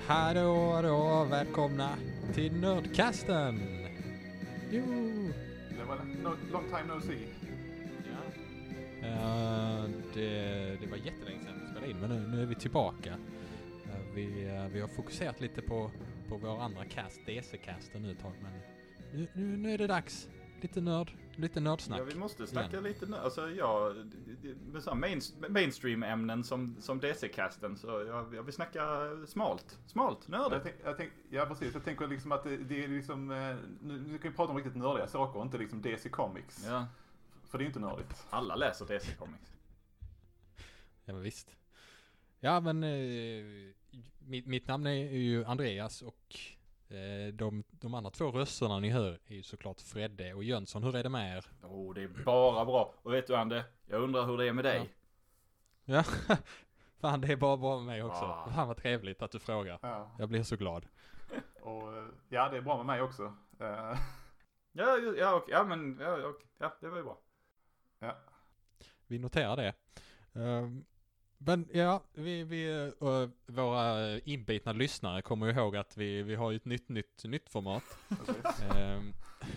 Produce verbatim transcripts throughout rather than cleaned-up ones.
Hallå, hallå, välkomna till Nördcasten! Jo! Det var no, long time no see. Ja. Uh, det, det var jättelänge sedan vi spelade in, men nu, nu är vi tillbaka. Uh, vi, uh, vi har fokuserat lite på, på vår andra cast, D C-casten nu ett tag, men nu, nu, nu är det dags. Lite nörd, lite nördsnack. Ja, vi måste snacka igen. lite nörd. Alltså, ja, med så main, mainstream-ämnen som, som D C-casten, så jag, jag vill snacka smalt. Smalt, nördigt. Jag tänk, jag tänk, ja, precis. Jag tänker liksom att det, det är liksom... Nu, nu kan vi prata om riktigt nördiga saker och inte liksom D C Comics. Ja. För det är inte nördigt. Alla läser D C Comics. Ja, men visst. Ja, men eh, mitt, mitt namn är ju Andreas och eh, de, de andra två rösterna ni hör är ju såklart Fredde och Jönsson. Hur är det med er? Åh, oh, det är bara bra. Och vet du, Ande, jag undrar hur det är med dig. Ja, ja. Fan, det är bara bra med mig också. Ah. Fan vad trevligt att du frågar. Ja. Jag blir så glad. Och ja, det är bra med mig också. Uh. Ja, ja, och, ja, men ja, och, ja, det var ju bra. Ja. Vi noterar det. Um, men ja, vi, vi uh, våra inbitna lyssnare kommer ihåg att vi, vi har ju ett nytt, nytt, nytt format. um,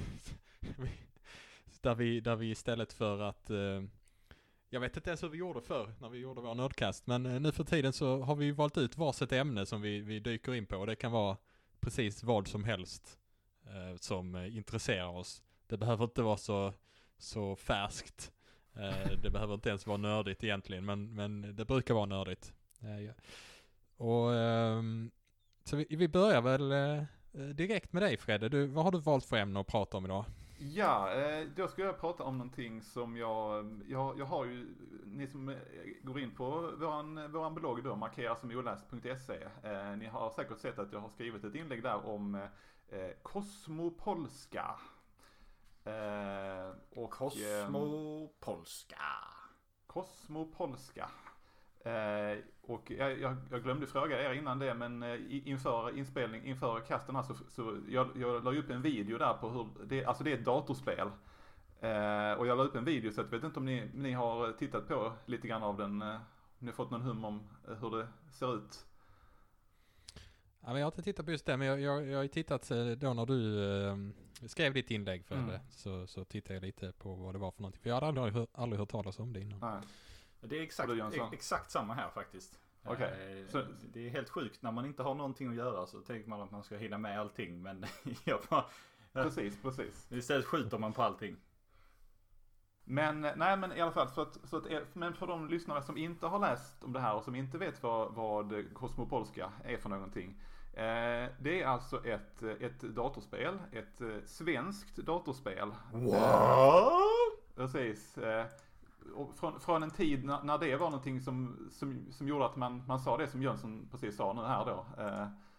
där, vi, där vi istället för att... Uh, jag vet inte ens hur vi gjorde för när vi gjorde vår nördcast, men uh, nu för tiden så har vi valt ut varsitt ämne som vi, vi dyker in på. Och det kan vara precis vad som helst uh, som uh, intresserar oss. Det behöver inte vara så, så färskt. Uh, det behöver inte ens vara nördigt egentligen, men, men det brukar vara nördigt. Uh, ja. Och um, så vi, vi börjar väl uh, direkt med dig, Fredde. Du, vad har du valt för ämne att prata om idag? Ja, eh, då ska jag prata om någonting som jag, jag, jag har ju, ni som går in på våran, våran blogg då, markera som oläst punkt se. Eh, ni har säkert sett att jag har skrivit ett inlägg där om eh, Kosmopolska. Eh, och, Kosmopolska. Kosmopolska. Eh, och jag, jag, jag glömde fråga er innan det, men eh, inför inspelning, inför kasten här så, så jag, jag la upp en video där på hur det, alltså det är ett datorspel. Eh, och jag la upp en video så jag vet inte om ni, ni har tittat på lite grann av den, eh, ni har fått någon hum om eh, hur det ser ut. Ja, men jag har inte tittat på just det, men jag, jag, jag har ju tittat då när du eh, skrev ditt inlägg för mm. det, så, så tittade jag lite på vad det var för någonting. För jag hade aldrig, aldrig, aldrig hört talas om det innan. Nej. Det är exakt, exakt samma här faktiskt. Okay. Eh, så... Det är helt sjukt. När man inte har någonting att göra så tänker man att man ska hinna med allting. Men jag bara, precis, precis. Istället skjuter man på allting. Men nej, men i alla fall, så att, så att, men för de lyssnare som inte har läst om det här och som inte vet vad, vad Kosmopolska är för någonting. Eh, det är alltså ett, ett datorspel, ett eh, svenskt datorspel. What? Eh, precis. Eh, Och från, från en tid när, när det var någonting som, som, som gjorde att man, man sa det som Jönsson precis sa nu här då. Eh,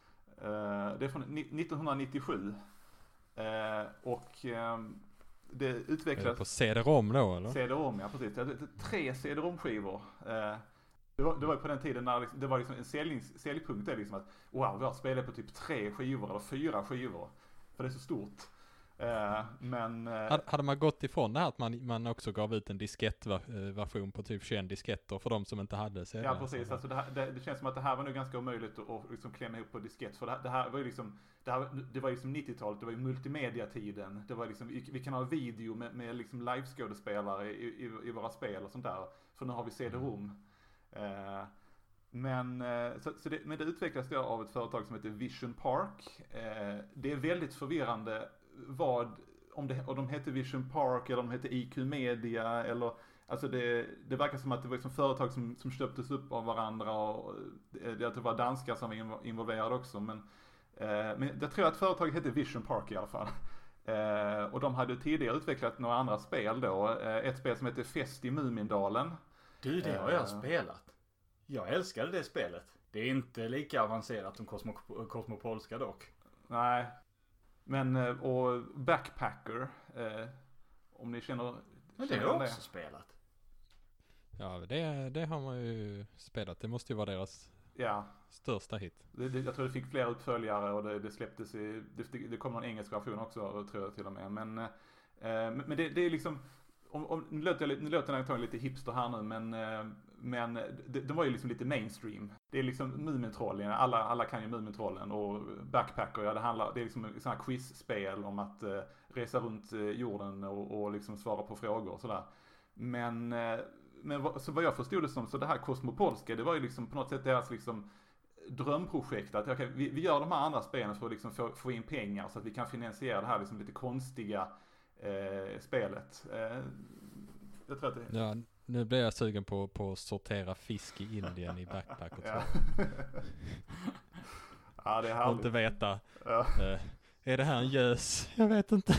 eh, det är från nittonhundranittiosju. Eh, och eh, det utvecklades... Är det på C D-ROM då eller? C D-ROM, ja precis. Det hade tre C D-ROM-skivor. Eh, det, var, det var på den tiden när liksom, det var liksom en säljnings, säljpunkt är liksom att wow, vi har spelat på typ tre skivor eller fyra skivor. För det är så stort. Uh, men, uh, hade man gått ifrån det här att man, man också gav ut en diskettversion på typ tjugoett disketter för de som inte hade C D? Ja, precis. Alltså det, här, det, det känns som att det här var nu ganska omöjligt att, att liksom klämma ihop på diskett. För det, det här var ju liksom, det, här, det var liksom nittiotalet, det var ju multimedia-tiden. Det var liksom, vi, vi kan ha video med, med liksom liveskådespelare i, i, i våra spel och sånt där. För nu har vi C D-ROM. Uh, men, så, så det, men det utvecklas då av ett företag som heter Vision Park. Uh, det är väldigt förvirrande vad, om, det, om de hette Vision Park eller om de hette I Q Media eller, alltså det, det verkar som att det var liksom företag som, som köptes upp av varandra och det, att det var danskar som var involverade också, men, eh, men jag tror att företaget hette Vision Park i alla fall. Eh, och de hade tidigare utvecklat några andra spel då, eh, ett spel som heter Fest i Mumindalen. Du, det har jag eh, spelat. Jag älskade det spelet. Det är inte lika avancerat som Cosmo, Kosmopolska dock. Nej. Men, och Backpacker, eh, om ni känner... Men det har jag också det. spelat. Ja, det, det har man ju spelat. Det måste ju vara deras ja. största hit. Det, det, jag tror det fick flera uppföljare och det, det släpptes i... Det, det kom någon engelsk version också, tror jag till och med. Men, eh, men det, det är liksom... Om, om, nu låter jag, nu låter jag antagligen lite hipster här nu, men eh, men de, de var ju liksom lite mainstream. Det är liksom Mumintrollen, alla, alla kan ju Mumintrollen och Backpacker, ja det handlar, det är liksom sådana här quizspel om att uh, resa runt uh, jorden och, och liksom svara på frågor och sådär. Men, uh, men så vad jag förstod det som, så det här Kosmopolska, det var ju liksom på något sätt deras liksom drömprojekt att okay, vi, vi gör de här andra spelen för att liksom få, få in pengar så att vi kan finansiera det här liksom lite konstiga uh, spelet. Uh, jag tror att det Ja, nu blir jag sugen på, på att sortera fisk i Indien i Backpack och så. Ja. Ja, det är Och härligt. inte veta. Ja. Uh, är det här en gös? Jag vet inte.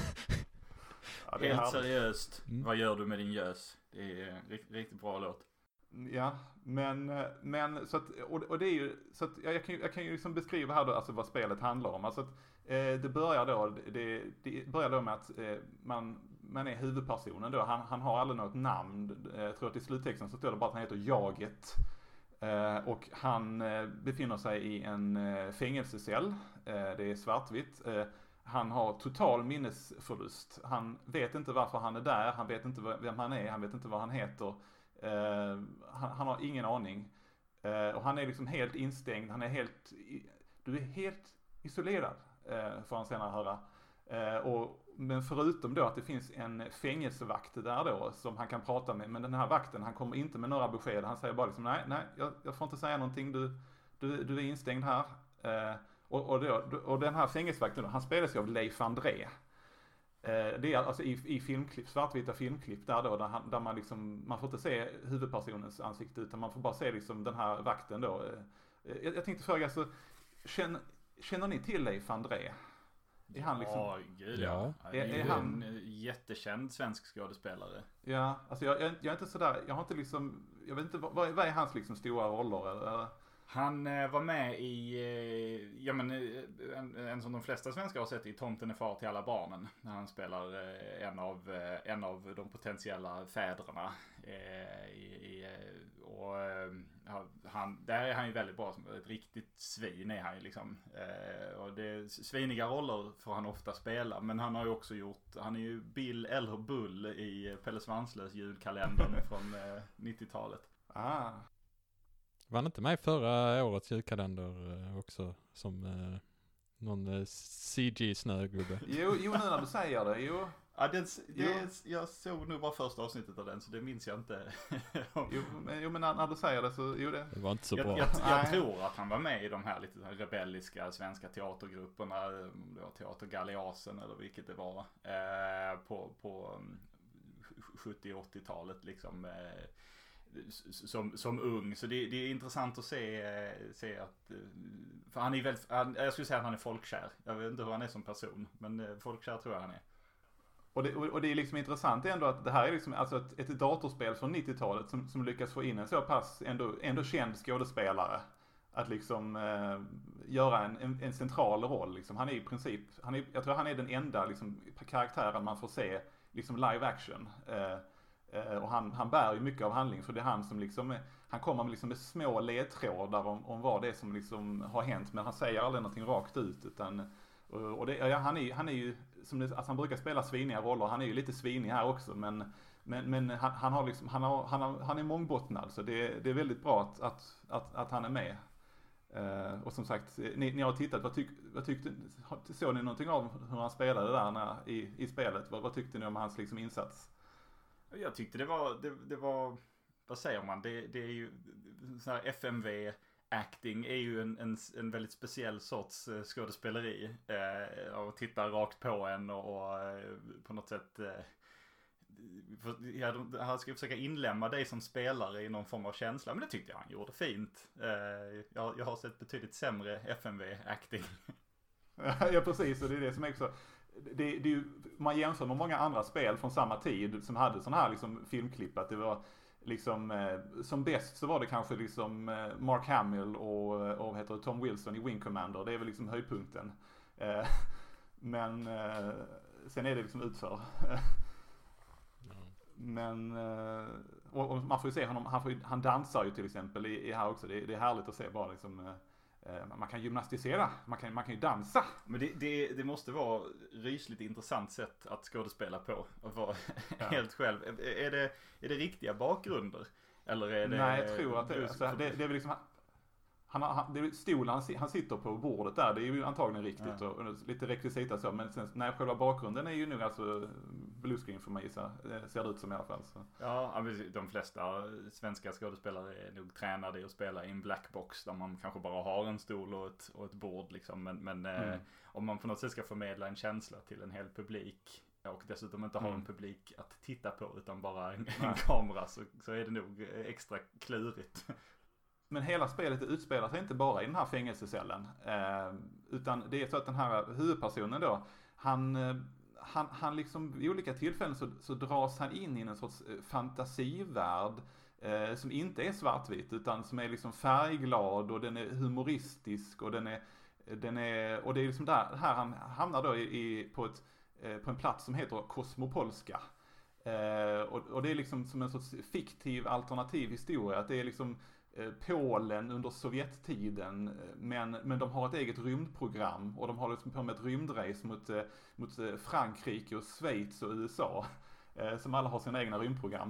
Ja, det är Helt härligt. seriöst, Mm. vad gör du med din gös? Det är en riktigt, riktigt bra låt. Ja, men, men så att, och, och det är ju, så att jag kan, jag kan ju liksom beskriva här då, alltså vad spelet handlar om. Alltså att eh, det börjar då, det, det börjar då med att eh, man, man är huvudpersonen då, han, han har aldrig något namn. Eh, jag tror att i sluttexten så står det bara att han heter Jaget. Eh, och han eh, befinner sig i en eh, fängelsecell, eh, det är svartvitt. Eh, han har total minnesförlust. Han vet inte varför han är där, han vet inte vem han är, han vet inte vad han heter. Uh, han, han har ingen aning. Uh, och han är liksom helt instängd. Han är helt... Du är helt isolerad, uh, får han senare höra. Uh, och, men förutom då att det finns en fängelsevakt där då som han kan prata med. Men den här vakten, han kommer inte med några besked. Han säger bara liksom, nej, nej, jag, jag får inte säga någonting. Du, du, du är instängd här. Uh, och, och, då, och den här fängelsevakten då, han spelas ju av Leif André. Det är alltså i, i filmklipp, svartvita filmklipp där då, där, han, där man liksom, man får inte se huvudpersonens ansikte utan man får bara se liksom den här vakten då. Jag, jag tänkte fråga, alltså, känner, känner ni till Leif André? Är han liksom... Ja, gud Ja. ja. Det är, Är- är ju han- en jättekänd svensk skådespelare. Ja, alltså jag, jag, jag är inte sådär, jag har inte liksom, jag vet inte, vad, vad är hans liksom stora roller eller? Han eh, var med i, eh, ja men eh, en, en som de flesta svenskar har sett i Tomten är far till alla barnen. När han spelar eh, en, av, eh, en av de potentiella fäderna. Eh, i, i, eh, och eh, han, där är han ju väldigt bra, som ett riktigt svin är han ju liksom. Eh, och det, sviniga roller får han ofta spela, men han har ju också gjort, han är ju Bill eller Bull i Pelle Svanslös julkalendern från eh, nittiotalet. Ah, Var han inte med i förra årets julkalender eh, också som eh, någon eh, C G-snögubbe? jo, jo, nu när du säger det, jo. Ja, det, det, Jo. jag såg nog bara första avsnittet av den, så det minns jag inte. Jo, men, jo, men när, när du säger det så, jo det. Det var inte så jag, bra. jag, jag Nej. tror att han var med i de här lite så här rebelliska svenska teatergrupperna, om det var Teater Galeasen eller vilket det var, eh, på, på um, sjuttio- och åttiotalet liksom. Eh, Som, som ung, så det, det är intressant att se, se att, för han är väldigt, han, jag skulle säga att han är folkkär. Jag vet inte hur han är som person, men folkkär tror jag han är. Och det, och det är liksom intressant ändå att det här är liksom alltså ett, ett datorspel från nittiotalet som, som lyckas få in en så pass ändå, ändå känd skådespelare att liksom eh, göra en, en, en central roll. Liksom. Han är i princip, han är, jag tror han är den enda liksom, karaktären man får se liksom live action. Eh, eh, och han, han bär ju mycket av handling, för det är han som liksom, han kommer med, liksom, med små ledtrådar om, om vad det är som liksom har hänt, men han säger aldrig någonting rakt ut, utan och det, ja, han, är, han är ju, som det, alltså han brukar spela sviniga roller, han är ju lite svinig här också, men, men, men han, han, har liksom, han, har, han, har, han är mångbottnad, så det, det är väldigt bra att, att, att, att han är med. Uh, och som sagt, ni, ni har tittat, vad, tyck, vad tyckte, såg ni någonting av hur han spelade där när, i, i spelet? Vad, vad tyckte ni om hans liksom, insats? Jag tyckte det var, det, det var, vad säger man, det, det är ju sån här F M V acting är ju en, en, en väldigt speciell sorts uh, skådespeleri. Uh, och titta rakt på en och, och uh, på något sätt uh, för, ja, han ska försöka inlämna dig som spelare i någon form av känsla, men det tyckte jag han gjorde fint. Uh, jag, jag har sett betydligt sämre F M V acting. Ja, precis, och det är det som är också, det, det är ju, man jämför med många andra spel från samma tid som hade sån här liksom filmklipp, att det var liksom, eh, som bäst så var det kanske liksom eh, Mark Hamill och, och vad heter det, Tom Wilson i Wing Commander. Det är väl liksom höjdpunkten. Eh, men eh, sen är det liksom utför. Men eh, och, och man får ju se honom, han, får ju, han dansar ju till exempel i, i här också. Det, det är härligt att se bara liksom, eh, man kan gymnastisera, man kan, man kan ju dansa. Men det, det, det måste vara rysligt intressant sätt att skådespela på. Att vara Ja. helt själv. Är det, är det riktiga bakgrunder? Eller är det... Nej, jag tror att det, alltså, det, det är väl liksom... Han, han, det är stolen han, han sitter på bordet där, det är ju antagligen riktigt ja. och, och lite rekvisita så, men sen, nej, själva bakgrunden är ju nog alltså bluescreen för mig, så ser det ut som i alla fall. Så. Ja, de flesta svenska skådespelare är nog tränade i att spela i en blackbox där man kanske bara har en stol och ett, och ett bord liksom, men, men mm. eh, om man på något sätt ska förmedla en känsla till en hel publik och dessutom inte mm. ha en publik att titta på utan bara en, en kamera så, så är det nog extra klurigt. Men hela spelet utspelar sig inte bara i den här fängelsecellen. Eh, utan det är så att den här huvudpersonen då, han, han, han liksom vid olika tillfällen så, så dras han in i en sorts fantasivärld eh, som inte är svartvit utan som är liksom färgglad och den är humoristisk och den är, den är och det är liksom där här han hamnar då i, i, på, ett, eh, på en plats som heter Kosmopolska. Eh, och, och det är liksom som en sorts fiktiv alternativ historia, att det är liksom Polen under Sovjettiden, men, men de har ett eget rymdprogram och de har liksom på med ett rymdrace mot, mot Frankrike och Schweiz och U S A som alla har sina egna rymdprogram.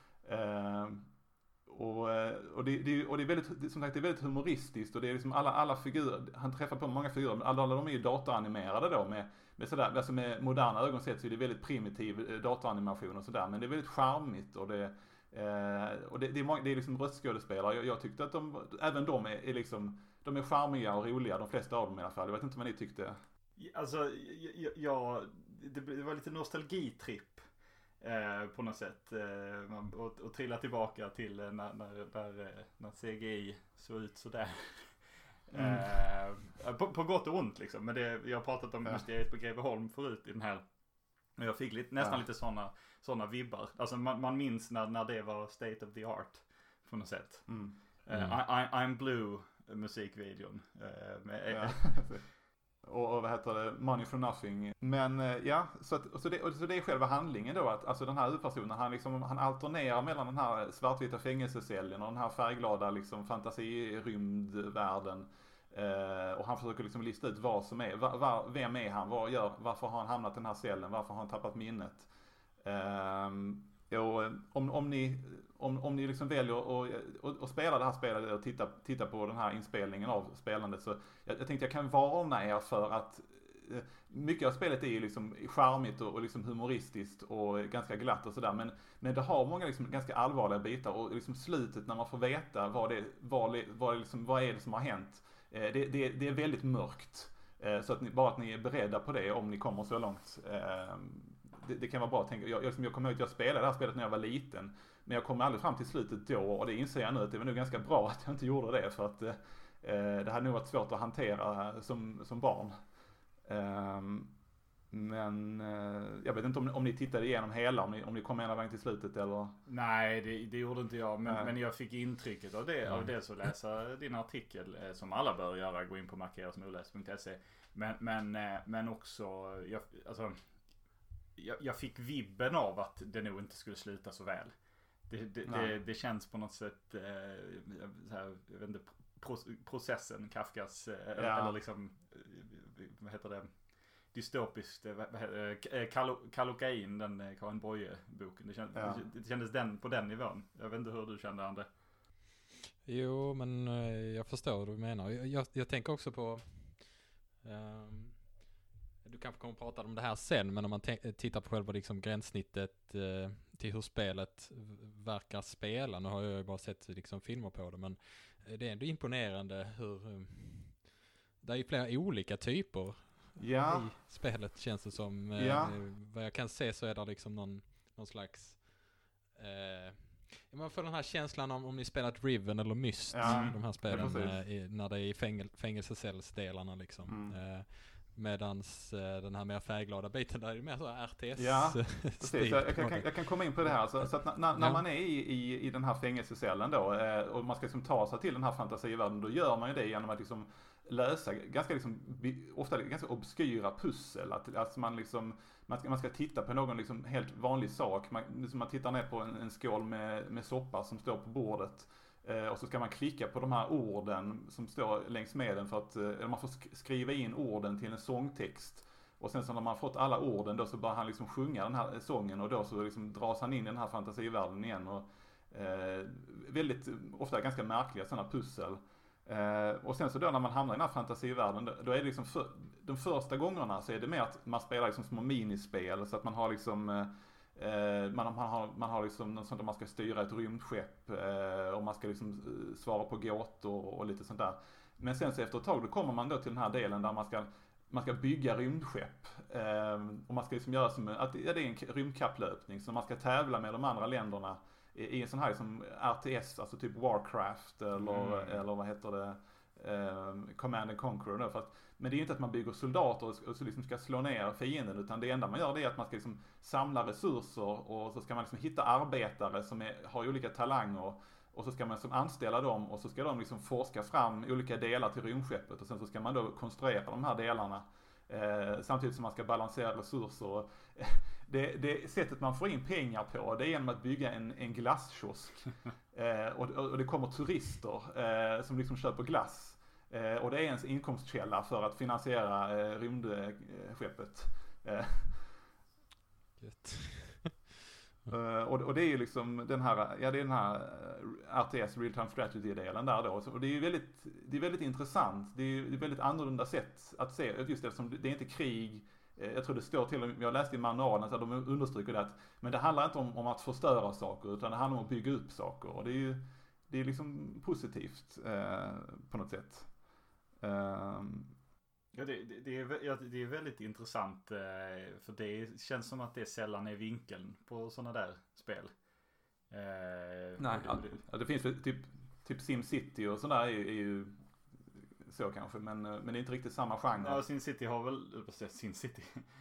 Och, och, det, det, och det är väldigt, som sagt, det är väldigt humoristiskt och det är liksom alla, alla figurer, han träffar på många figurer, alla, alla de är ju datoranimerade då med, med sådär, alltså med moderna ögon sett så är det väldigt primitiv datoranimation och sådär, men det är väldigt charmigt och det Eh, och det, det, är många, det är liksom röstskådespelare. Jag, jag tyckte att de, även de är, är liksom, de är charmiga och roliga, de flesta av dem i alla fall. Jag vet inte vad ni tyckte. Alltså, jag, jag, det var lite nostalgitripp eh, på något sätt. Eh, man, och, och trilla tillbaka till när, när, när, när C G I såg ut sådär. Mm. Eh, på, på gott och ont liksom. Men det, jag har pratat om mysteriet på Greveholm förut i den här. Och jag fick lite, nästan ja. lite sådana såna vibbar. Alltså man, man minns när, när det var state of the art på något sätt. Mm. Mm. Uh, I, I, I'm Blue musikvideon. Uh, med, ja. och, och vad heter det? Money for Nothing. Men uh, ja, så, att, så, det, så det är själva handlingen då. Att, alltså den här huvudpersonen, han, liksom, han alternerar mellan den här svartvita fängelsecellen och den här färgglada liksom, fantasirymdvärlden. Uh, och han försöker liksom lista ut vad som är, var, var, vem är han, vad gör, varför har han hamnat i den här cellen, varför har han tappat minnet. Uh, och om, om ni, om, om ni liksom väljer att spela det här spelet och titta, titta på den här inspelningen av spelandet, så jag, jag tänkte jag kan varna er för att uh, mycket av spelet är ju liksom charmigt och, och liksom humoristiskt och ganska glatt och sådär, men, men det har många liksom ganska allvarliga bitar och liksom slutet när man får veta vad det, vad, vad, liksom, vad är det som har hänt. Det, det, det är väldigt mörkt, så att ni, bara att ni är beredda på det om ni kommer så långt. Det, det kan vara bra att tänka. Jag, jag kommer ihåg att jag spelade det här spelet när jag var liten, men jag kom aldrig fram till slutet då, och det inser jag nu att det var nog ganska bra att jag inte gjorde det, för att eh, det hade nog varit svårt att hantera som, som barn. Um, Men eh, jag vet inte om, om ni tittade igenom hela, om ni, om ni kom hela vägen till slutet eller? Nej, det, det gjorde inte jag. Men, men jag fick intrycket av det. Ja. Av det så läsa din artikel, eh, som alla bör göra. Gå in på markerasmules punkt se. Men, men, eh, men också, jag, alltså, jag, jag fick vibben av att det nog inte skulle sluta så väl. Det, det, det, det känns på något sätt, eh, så här, jag vet inte, pro, processen, Kafkas, eh, ja. eller liksom, vad heter det? Dystopiskt, Kallocain, den Karin Boye-boken. Det, känd, ja. det kändes den på den nivån. Jag vet inte hur du kände, André. Jo, men jag förstår vad du menar. Jag, jag, jag tänker också på... Um, du kanske kommer att prata om det här sen, men om man t- tittar på själva liksom gränssnittet uh, till hur spelet verkar spela. Nu har jag ju bara sett liksom filmer på det, men det är ändå imponerande hur... Um, det är ju flera olika typer. Ja. I spelet känns det som, ja. eh, vad jag kan se så är det liksom någon, någon slags eh, man får den här känslan om, om ni spelat Riven eller Myst, ja. de här spelen eh, i, när det är i fängel, fängelsecellsdelarna liksom. Mm. Eh, medans eh, den här mer färgglada biten där är mer så R T S. Ja, precis. Jag kan, jag kan komma in på det här. Så, så att när, när ja. man är i, i, i den här fängelsecellen då, eh, och man ska liksom ta sig till den här fantasivärlden, då gör man ju det genom att liksom lösa ganska liksom, ofta ganska obskyra pussel. Att, att man liksom, man ska, man ska titta på någon liksom helt vanlig sak. Man, liksom man tittar ner på en, en skål med, med soppa som står på bordet. Eh, och så ska man klicka på de här orden som står längs med den, för att eh, man får sk- skriva in orden till en sångtext. Och sen så när man fått alla orden då, så börjar han liksom sjunga den här sången, och då så liksom dras han in i den här fantasivärlden igen. Och Eh, väldigt, ofta ganska märkliga sådana pussel. Eh, och sen så då när man hamnar i den här fantasivärlden, då, då är det liksom för, de första gångerna så är det mer att man spelar liksom små minispel så att man har liksom eh, man, man har, man har liksom något sånt där man ska styra ett rymdskepp eh, och man ska liksom svara på gåtor och, och lite sånt där. Men sen så efter ett tag då kommer man då till den här delen där man ska man ska bygga rymdskepp eh, och man ska liksom göra som att ja, det är en rymdkapplöpning så man ska tävla med de andra länderna i en sån här liksom R T S, alltså typ Warcraft eller, mm. eller vad heter det, um, Command and Conquer då, för att, men det är inte att man bygger soldater och, och så liksom ska slå ner fienden, utan det enda man gör det är att man ska liksom samla resurser och så ska man liksom hitta arbetare som är, har olika talanger och så ska man liksom anställa dem och så ska de liksom forska fram olika delar till rymdskeppet och sen så ska man då konstruera de här delarna eh, samtidigt som man ska balansera resurser. Det, det sättet man får in pengar på, det är genom att bygga en, en glasskiosk. Eh, och, och det kommer turister eh, som liksom köper glass. Eh, och det är ens inkomstkälla för att finansiera eh, rymdskeppet. Eh. Gött. uh, och, och det är ju liksom den här, ja det är den här R T S, Real Time Strategy-delen där då. Och det är ju väldigt, det är väldigt intressant. Det är ju ett väldigt annorlunda sätt att se, just eftersom det är inte krig. Jag tror det står till och med, jag läste i manualen så att de understryker det att, men det handlar inte om, om att förstöra saker utan det handlar om att bygga upp saker och det är ju det är liksom positivt eh, på något sätt. Um. Ja, det, det, det, är, ja, det är väldigt intressant eh, för det känns som att det sällan är vinkeln på sådana där spel. Eh, Nej, det, ja, det, ja, det finns typ, typ SimCity och sådär är, är ju så kanske, men, men det är inte riktigt samma genre. Ja, SimCity har väl, SimCity,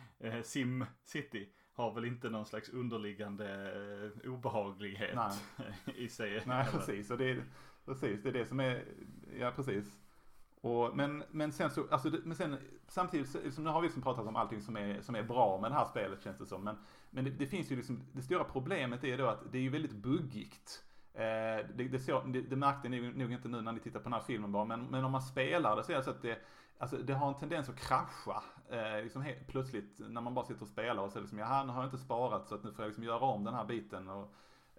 Sim City har väl inte någon slags underliggande obehaglighet Nej. i sig. Nej, precis. Och det är, precis, det är det som är, ja precis. Och, men, men sen så, alltså, men sen samtidigt, liksom, nu har vi liksom pratat om allting som är, som är bra med det här spelet känns det som, men, men det, det finns ju liksom, det stora problemet är då att det är ju väldigt buggigt. Eh, det, det, så, det, det märkte ni nog inte nu när ni tittar på den här filmen bara, men, men om man spelar det så är det så att det, alltså, det har en tendens att krascha eh, liksom helt plötsligt när man bara sitter och spelar och så liksom, jaha, nu har jag inte sparat så att nu får jag liksom göra om den här biten och,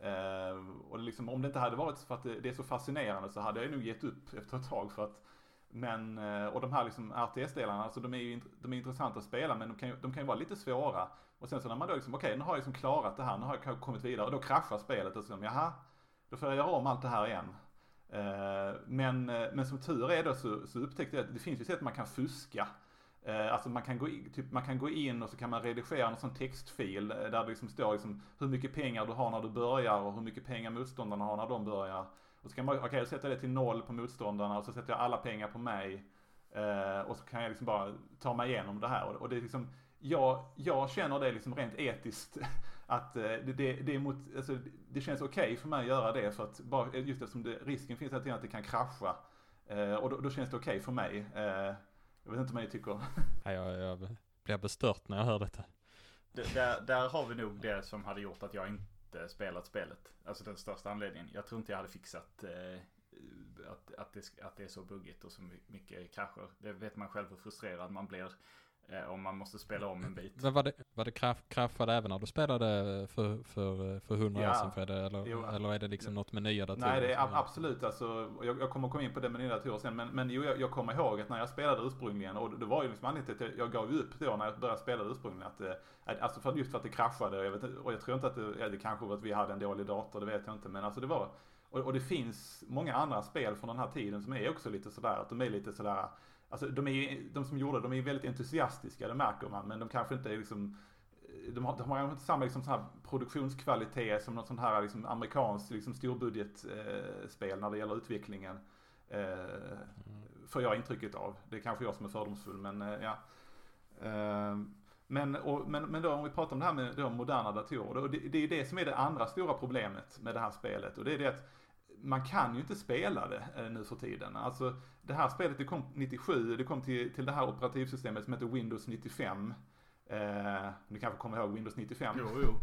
eh, och liksom, om det inte hade varit för att det, det är så fascinerande så hade jag nog gett upp efter ett tag för att men, och de här liksom R T S-delarna, alltså de är ju de är intressanta att spela men de kan ju, de kan ju vara lite svåra och sen så när man då liksom, okej okay, nu har jag liksom klarat det här, nu har jag kommit vidare och då kraschar spelet och så, jaha, då får jag göra om allt det här igen. Eh, men, men som tur är då så, så upptäckte jag att det finns ju sätt att man kan fuska. Eh, alltså man kan, gå in, typ, man kan gå in och så kan man redigera en sån textfil där det liksom står liksom hur mycket pengar du har när du börjar och hur mycket pengar motståndarna har när de börjar. Och så kan man, okej okay, jag sätter det till noll på motståndarna och så sätter jag alla pengar på mig. Eh, och så kan jag liksom bara ta mig igenom det här. Och, och det är liksom, jag, jag känner det liksom rent etiskt att det, det, det, är mot, alltså, det känns okej okay för mig att göra det för att bara, just eftersom det, risken finns att det kan krascha eh, och då, då känns det okej okay för mig. Eh, jag vet inte vad ni tycker. Nej, jag, jag blir bestört när jag hör detta. Det, där, där har vi nog det som hade gjort att jag inte spelat spelet. Alltså den största anledningen. Jag tror inte jag hade fixat eh, att, att, det, att det är så buggigt och så mycket krascher. Det vet man själv hur frustrerad man blir om man måste spela om en bit. Men var det, var det krasch, kraschade även när du spelade för, för, för hundra ja. år sedan Fred? Eller, jo, eller är det liksom något med nya datorer? Nej, det är absolut. Alltså, jag, jag kommer komma in på det med nya datorer sen. Men, men jo, jag, jag kommer ihåg att när jag spelade ursprungligen, och det var ju liksom anledningen till att jag gav upp då när jag började spela ursprungligen. Att, alltså för, just för att det kraschade. Och jag, vet, och jag tror inte att det, ja, det kanske var att vi hade en dålig dator, det vet jag inte. Men alltså det var, och, och det finns många andra spel från den här tiden som är också lite sådär, att de är lite sådär. Alltså de, är, de som gjorde de är väldigt entusiastiska, det märker man, men de kanske inte är liksom, de har, de har inte samma liksom, sån här produktionskvalitet som något sånt här liksom, amerikanskt liksom, storbudgetspel eh, när det gäller utvecklingen. Eh, mm. Får jag intrycket av. Det är kanske jag som är fördomsfull, men eh, ja. Eh, men, och, men, men då om vi pratar om det här med då, moderna datorer, och det, det är det som är det andra stora problemet med det här spelet, och det är det att man kan ju inte spela det eh, nu för tiden. Alltså det här spelet det kom nittiosju, det kom till, till det här operativsystemet som heter Windows nittiofem. Eh, ni kanske kommer ihåg Windows nittiofem? Jo, jo.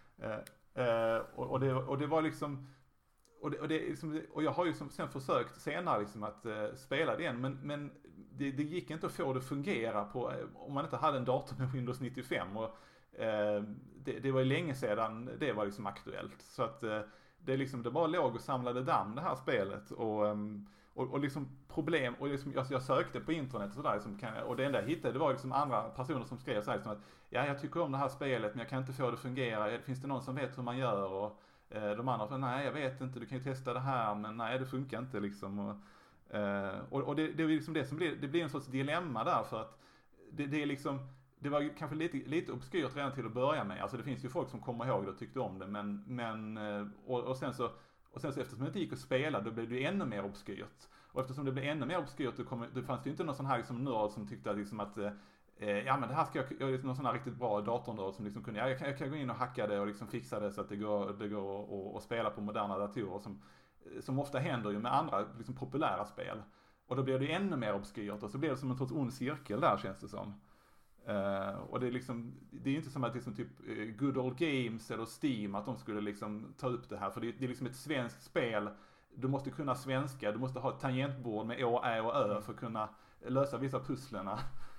Eh, eh, och, och, det, och det var liksom, och, det, och, det, liksom, och jag har ju som, sen försökt senare liksom att eh, spela det igen, men, men det, det gick inte att få det att fungera på, eh, om man inte hade en dator med Windows nittiofem. Och, eh, det, det var ju länge sedan det var liksom aktuellt. Så att eh, det, är liksom, det bara låg och samlade damm det här spelet. Och, um, och, och liksom problem, och liksom, jag, jag sökte på internet och sådär, liksom, och det enda jag hittade det var liksom andra personer som skrev så här, liksom att ja, jag tycker om det här spelet men jag kan inte få det att fungera. Finns det någon som vet hur man gör? Och eh, de andra sa, nej jag vet inte, du kan ju testa det här, men nej det funkar inte liksom. Och, eh, och, och det, det är liksom det som blir, det blir en sorts dilemma där, för att det, det är liksom, det var ju kanske lite, lite obskyrt redan till att börja med. Alltså det finns ju folk som kommer ihåg det och tyckte om det, men, men och, och sen så och sen så eftersom det inte gick att spela, då blev det ännu mer obskyrt. Och eftersom det blev ännu mer obskyrt, då, kom, då fanns det ju inte någon sån här liksom nörd som tyckte att, liksom att eh, ja men det här ska jag, jag är någon sån här riktigt bra datornörd som liksom kunde, ja, jag kan, jag kan gå in och hacka det och liksom fixa det så att det går, det går att spela på moderna datorer som, som ofta händer ju med andra liksom populära spel. Och då blir det ju ännu mer obskyrt och så blir det som en sorts ond cirkel där, känns det som. Uh, och det är liksom, det är ju inte som att det är som typ uh, Good Old Games eller Steam att de skulle liksom ta upp det här, för det är, det är liksom ett svenskt spel. Du måste kunna svenska, du måste ha ett tangentbord med å, ä och ö för att kunna lösa vissa pusslerna.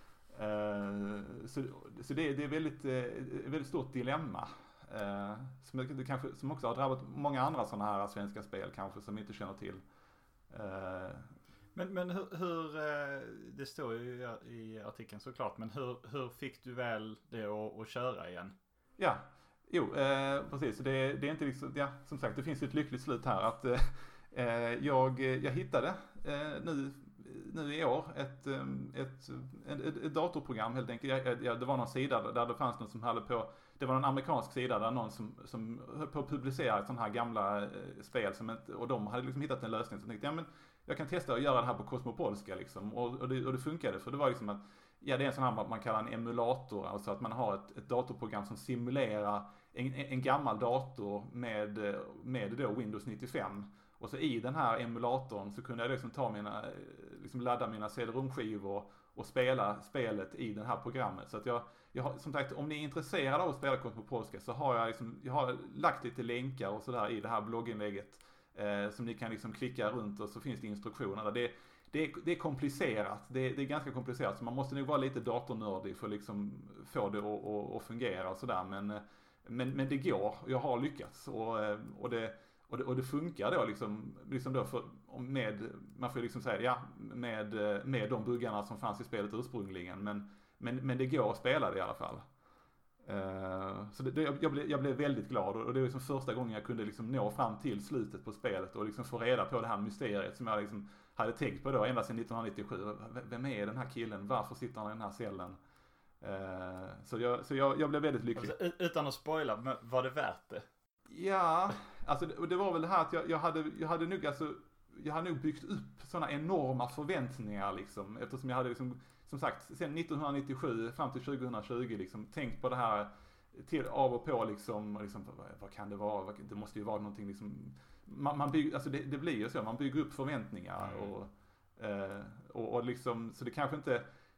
Uh, så så det, det är väldigt, uh, väldigt stort dilemma. Uh, som, det kanske, som också har drabbat många andra sådana här svenska spel kanske som inte känner till. Uh, Men, men hur, hur, det står ju i artikeln såklart, men hur, hur fick du väl det att, att köra igen? Ja, jo, eh, precis. Det, det är inte liksom, ja, som sagt, det finns ett lyckligt slut här. Att eh, jag, jag hittade eh, nu, nu i år ett, ett, ett, ett datorprogram helt enkelt. Jag, jag, det var någon sida där det fanns någon som hade på, det var en amerikansk sida där någon som, som höll på att publicera sådana här gamla eh, spel som inte, och de hade liksom hittat en lösning som tänkte, ja men jag kan testa att göra det här på Kosmopolska liksom. Och, och, det, och det funkade, för det var liksom att, ja det är en sån här man kallar en emulator, alltså att man har ett, ett datorprogram som simulerar en, en gammal dator med, med då Windows nittiofem. Och så i den här emulatorn så kunde jag liksom ta mina, liksom ladda mina C D-romskivor och spela spelet i det här programmet. Så att jag, jag har, som sagt, om ni är intresserade av att spela Kosmopolska så har jag liksom, jag har lagt lite länkar och sådär i det här blogginlägget. Eh, som ni kan liksom klicka runt och så finns det instruktioner där. Det, det, det är komplicerat, det, det är ganska komplicerat, så man måste nog vara lite datornördig för att liksom få det att, att, att fungera och sådär. Men, men, men det går, jag har lyckats och, och, det, och, det, och det funkar då liksom, liksom då för, med, man får liksom säga ja, med, med de buggarna som fanns i spelet ursprungligen, men, men, men det går att spela det i alla fall. Uh, så det, det, jag, blev, jag blev väldigt glad, och det var liksom första gången jag kunde liksom nå fram till slutet på spelet och liksom få reda på det här mysteriet som jag liksom hade tänkt på då ända sedan nittonhundranittiosju. Vem är den här killen? Varför sitter han i den här cellen? Uh, så jag, så jag, jag blev väldigt lycklig. Alltså, utan att spoila, men var det värt det? Ja, alltså det, det var väl det här att jag, jag, hade, jag hade nog alltså, jag hade nog byggt upp sådana enorma förväntningar liksom, eftersom jag hade liksom, som sagt, sen nittonhundranittiosju fram till tjugohundratjugo liksom tänkt på det här till av och på liksom, liksom vad, vad kan det vara? Det måste ju vara någonting liksom, man, man bygger, alltså det, det blir ju så, man bygger upp förväntningar och, eh, och, och liksom, så det kanske inte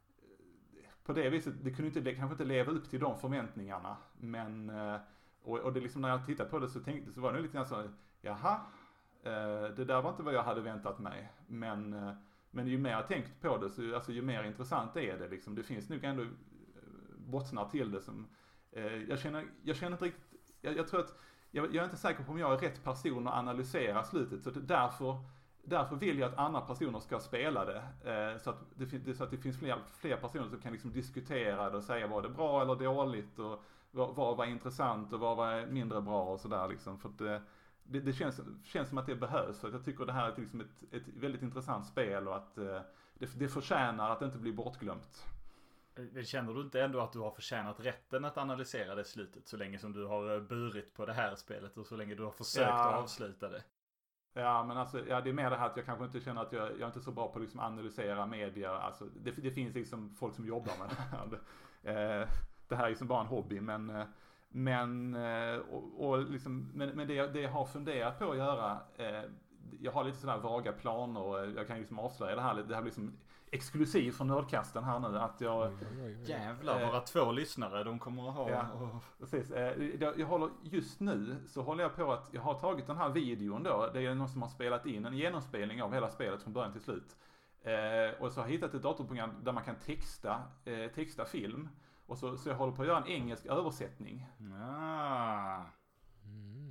på det viset, det kunde inte, det kanske inte leva upp till de förväntningarna, men eh, och, och det liksom när jag tittade på det så tänkte, så var det lite grann så, jaha, eh, det där var inte vad jag hade väntat mig, men eh, Men ju mer jag tänkt på det, så alltså, ju mer intressant är det liksom. Det finns nog ändå bottnar till det som eh, jag känner, jag känner inte riktigt, jag, jag tror att jag, jag är inte säker på om jag är rätt person att analysera slutet, så det, därför därför vill jag att andra personer ska spela det, eh, så att det, så att det finns fler, fler personer som kan liksom diskutera det och säga var det bra eller dåligt och vad, vad var intressant och vad var mindre bra och sådär liksom, för att det, Det, det känns, känns som att det behövs, för att jag tycker det här är liksom ett, ett väldigt intressant spel och att eh, det, det förtjänar att inte bli bortglömt. Känner du inte ändå att du har förtjänat rätten att analysera det slutet så länge som du har burit på det här spelet och så länge du har försökt ja. att avsluta det? Ja, men alltså, ja, det är mer det här att jag kanske inte känner att jag, jag är inte så bra på att liksom analysera media. Alltså, det, det finns liksom folk som jobbar med det här. Det, det här är liksom bara en hobby, men Men, och, och liksom, men, men det, det jag har funderat på att göra, eh, jag har lite sådana vaga planer och jag kan liksom avslöja det här, det här blir liksom exklusiv för Nördkasten här nu, att jag... Jävlar, våra eh, två lyssnare, de kommer att ha... Ja, och... precis. Eh, jag, jag håller, just nu så håller jag på att, jag har tagit den här videon då, det är någon som har spelat in en genomspelning av hela spelet från början till slut. Eh, och så har jag hittat ett datorprogram där man kan texta, eh, texta film. Och så, så jag håller på att göra en engelsk översättning. Ah. Mm.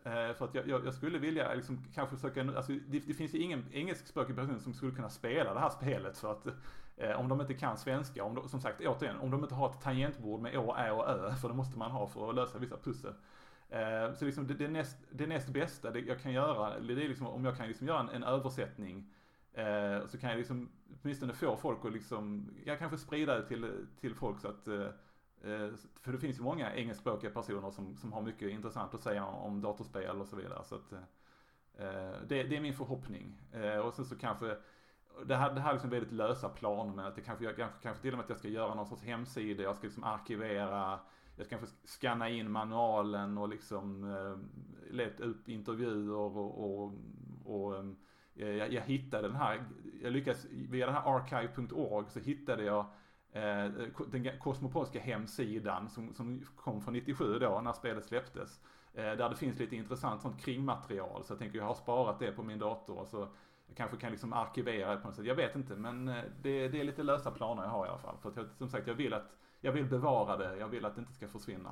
Eh, för att jag, jag, jag skulle vilja liksom kanske försöka, alltså det, det finns ju ingen engelskspråkig person som skulle kunna spela det här spelet för att eh, om de inte kan svenska, om de, som sagt återigen, om de inte har ett tangentbord med å, ä och ö, för det måste man ha för att lösa vissa pussel. Eh, så liksom det, det, näst, det näst bästa det jag kan göra, det är liksom om jag kan liksom göra en, en översättning eh, så kan jag liksom åtminstone få folk att liksom, jag kanske sprida det till, till folk så att eh, för det finns ju många engelskspråkiga personer som, som har mycket intressant att säga om, om datorspel och så vidare. Så att, eh, det, det är min förhoppning. Eh, och sen så kanske, det här, det här är liksom väldigt lösa planer, men att det kanske, jag, kanske, kanske till och med att jag ska göra någon sorts hemsida, jag ska liksom arkivera, jag ska kanske scanna in manualen och liksom eh, leta upp intervjuer och, och, och eh, jag, jag hittade den här, jag lyckades via den här archive punkt org så hittade jag den kosmopolska hemsidan som, som kom från nittiosju då när spelet släpptes. Där det finns lite intressant sånt kringmaterial. Så jag tänker jag har sparat det på min dator och så jag kanske kan liksom arkivera det på något sätt. Jag vet inte, men det, det är lite lösa planer jag har i alla fall. För att jag, som sagt, jag vill att jag vill bevara det. Jag vill att det inte ska försvinna.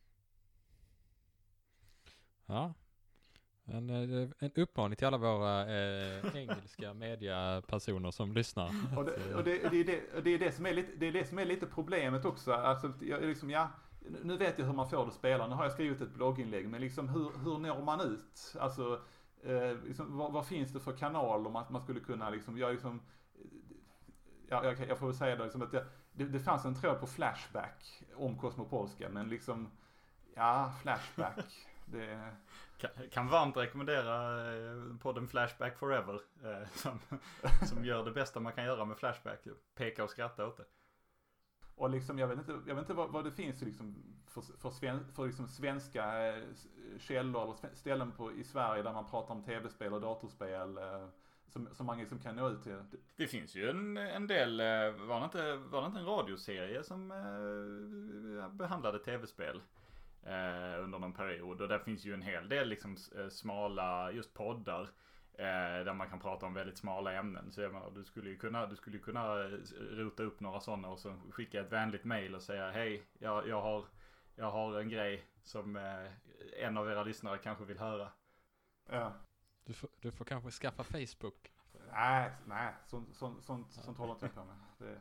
Ja. En, en uppmaning till alla våra eh, engelska mediapersoner som lyssnar. Och det, och det, det, är det, det, är det, som är lite, det är det som är lite problemet också. Alltså, jag, liksom, ja, nu vet jag hur man får det spela. Nu har jag skrivit ett blogginlägg. Men liksom, hur, hur når man ut? Alltså, eh, liksom, vad, vad finns det för kanaler man, man skulle kunna... Liksom, jag, liksom, ja, jag, jag får väl säga det, liksom, att jag, det, det fanns en tråd på Flashback om kosmopolska. Men liksom, ja, Flashback... Det... Kan, kan varmt rekommendera podden Flashback Forever eh, som, som gör det bästa man kan göra med Flashback. Peka och skratta åt det. Och liksom, jag vet inte, jag vet inte vad, vad det finns liksom för, för, sven, för liksom svenska källor eller ställen på, i Sverige där man pratar om tv-spel och datorspel eh, som, som man liksom kan nå ut till. Det finns ju en, en del, var det, inte, var det inte en radioserie som eh, behandlade tv-spel? Eh, under någon period, och där finns ju en hel del liksom eh, smala just poddar eh, där man kan prata om väldigt smala ämnen. Så jag menar, du skulle ju kunna du skulle ju kunna rota upp några sådana och så skicka ett vänligt mejl och säga hej, jag, jag har jag har en grej som eh, en av era lyssnare kanske vill höra. Ja. Du får, du får kanske skaffa Facebook. Nej, nej, sånt sånt sånt, sånt håller inte jag på med. Det...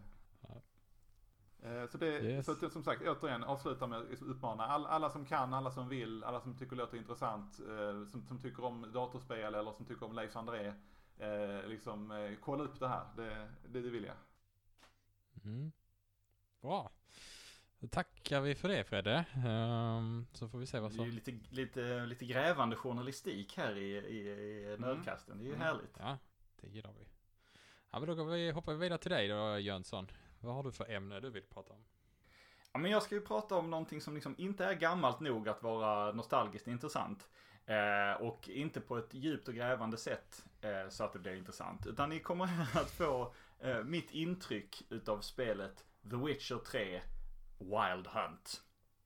Så, det, yes. Så att, som sagt, återigen avsluta med att uppmana all, alla som kan, alla som vill, alla som tycker det låter intressant, eh, som, som tycker om datorspel eller som tycker om Leif André, eh, liksom eh, kolla upp det här, det, det, det vill jag. Mm. Bra. Då tackar vi för det, Fredde. Um, så får vi se vad som... Det är ju lite, lite, lite grävande journalistik här i, i, i Nördkasten, det är ju mm. härligt. Ja, det gillar vi. Ja, men då går vi, hoppar vi vidare till dig då, Jönsson. Vad har du för ämne du vill prata om? Ja, men jag ska ju prata om någonting som liksom inte är gammalt nog att vara nostalgiskt intressant. Eh, och inte på ett djupt och grävande sätt eh, så att det blir intressant. Utan ni kommer att få eh, mitt intryck utav spelet The Witcher tre Wild Hunt.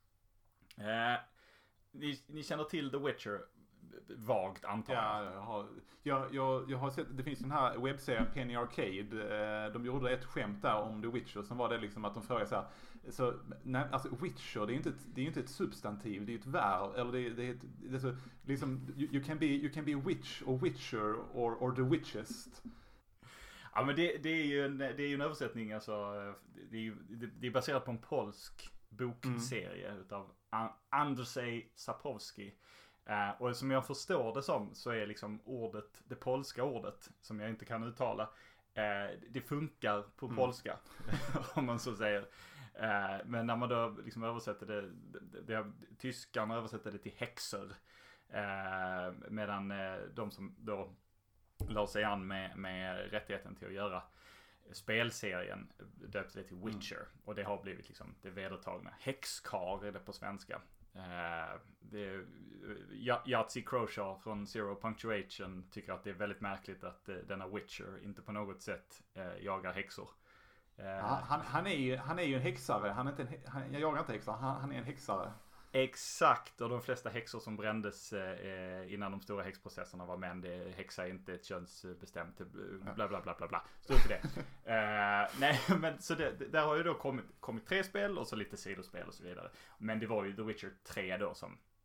Eh, ni, ni känner till The Witcher vagt antar jag. Ja, jag har, jag, jag, jag har sett, det finns den här webbserien Penny Arcade. De gjorde ett skämt där om The Witcher som var det liksom att de frågade så här. Så, nej, alltså Witcher, det är inte ett, det är inte ett substantiv, det är ett verb. Eller det, det är, ett, det är så, liksom, you, you, can be, you can be witch or witcher or, or the witchest. Ja, men det, det, är ju en, det är ju en översättning, alltså, det är, ju, det är baserat på en polsk bokserie mm. utav Andrzej Sapkowski. Uh, och som jag förstår det som så är liksom ordet, det polska ordet som jag inte kan uttala, uh, det funkar på mm. polska om man så säger. Uh, men när man då liksom översätter det, det, det tyskarna översätter det till häxor. Uh, medan uh, de som då la sig an med, med rättigheten till att göra spelserien döpte det till Witcher. Mm. Och det har blivit liksom det vedertagna. Häxkar är det på svenska. Uh, det är, Yahtzee Croshaw från Zero Punctuation tycker att det är väldigt märkligt att uh, denna Witcher inte på något sätt uh, jagar häxor. Uh, ja, han, han, är ju, han är ju en häxare. Han är inte en, han, jag jagar inte häxor. Han, han är en häxare. Exakt, och de flesta häxor som brändes eh, innan de stora häxprocesserna var män. Det, häxa är inte ett könsbestämt bla bla bla bla bla. Stå för det. uh, nej, men så det, där har ju då kommit, kommit tre spel och så lite sidospel och så vidare. Men det var ju The Witcher tre då som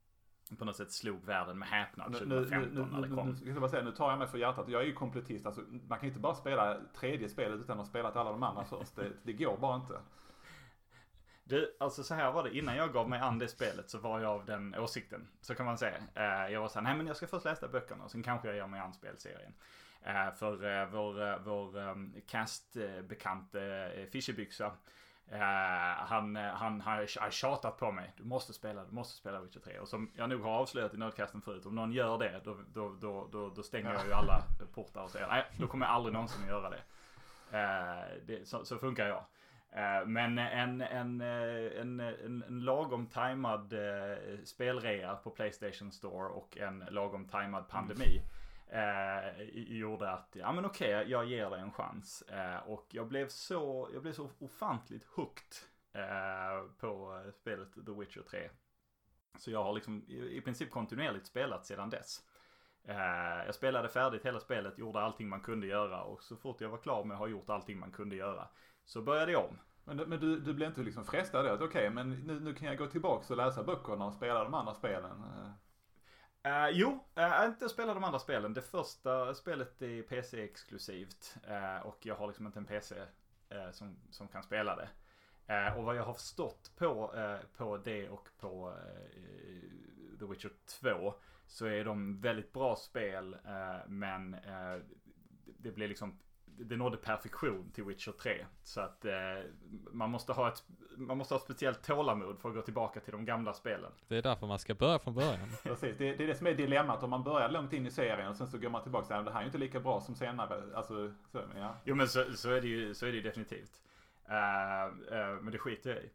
på något sätt slog världen med häpnad Nu, tjugohundrafemton nu, när det nu, kom. nu, nu, säga, nu tar jag mig för hjärtat. Jag är ju kompletist. Alltså, man kan inte bara spela tredje spelet utan att ha spelat alla de andra först. Det, det går bara inte. Du, alltså så här var det. Innan jag gav mig an det spelet så var jag av den åsikten. Så kan man säga. Eh, jag var såhär, nej men jag ska först läsa böckerna och sen kanske jag ger mig an spelserien. Eh, för eh, vår, eh, vår um, cast-bekante eh, Fischerbyxa. Uh, han, han har tjatat på mig. Du måste spela, du måste spela Witcher tre. Och som jag nog har avslöjat i Nördcasten förut, om någon gör det, då, då, då, då, då stänger jag ju alla portar och säger nej, då kommer jag aldrig någonsin att göra det. Uh, det så, så funkar jag. Uh, men en, en, en, en, en lagom tajmad uh, spelrea på PlayStation Store och en lagom tajmad pandemi Eh, gjorde att, ja men okej, okay, jag ger det en chans. Eh, och jag blev så, jag blev så ofantligt hooked eh, på spelet The Witcher tre. Så jag har liksom i, i princip kontinuerligt spelat sedan dess. Eh, jag spelade färdigt hela spelet, gjorde allting man kunde göra och så fort jag var klar med att ha gjort allting man kunde göra så började jag om. Men, men du, du blev inte liksom frestad då? Okej, okay, men nu, nu kan jag gå tillbaka och läsa böckerna och spela de andra spelen. Uh, jo, uh, inte spela de andra spelen. Det första spelet är P C-exklusivt uh, och jag har liksom inte en P C uh, som, som kan spela det. Uh, och vad jag har förstått på, uh, på det och på uh, The Witcher två så är de väldigt bra spel uh, men uh, det blir liksom det nådde perfektion till Witcher tre. Så att eh, man måste ha ett man måste ha ett speciellt tålamod för att gå tillbaka till de gamla spelen. Det är därför man ska börja från början. Precis, det, det är det som är dilemmat. Om man börjar långt in i serien och sen så går man tillbaka och säger det här är inte lika bra som senare. Alltså, så, ja. Jo men så, så är det ju så är det ju definitivt. Uh, uh, men det skiter jag i.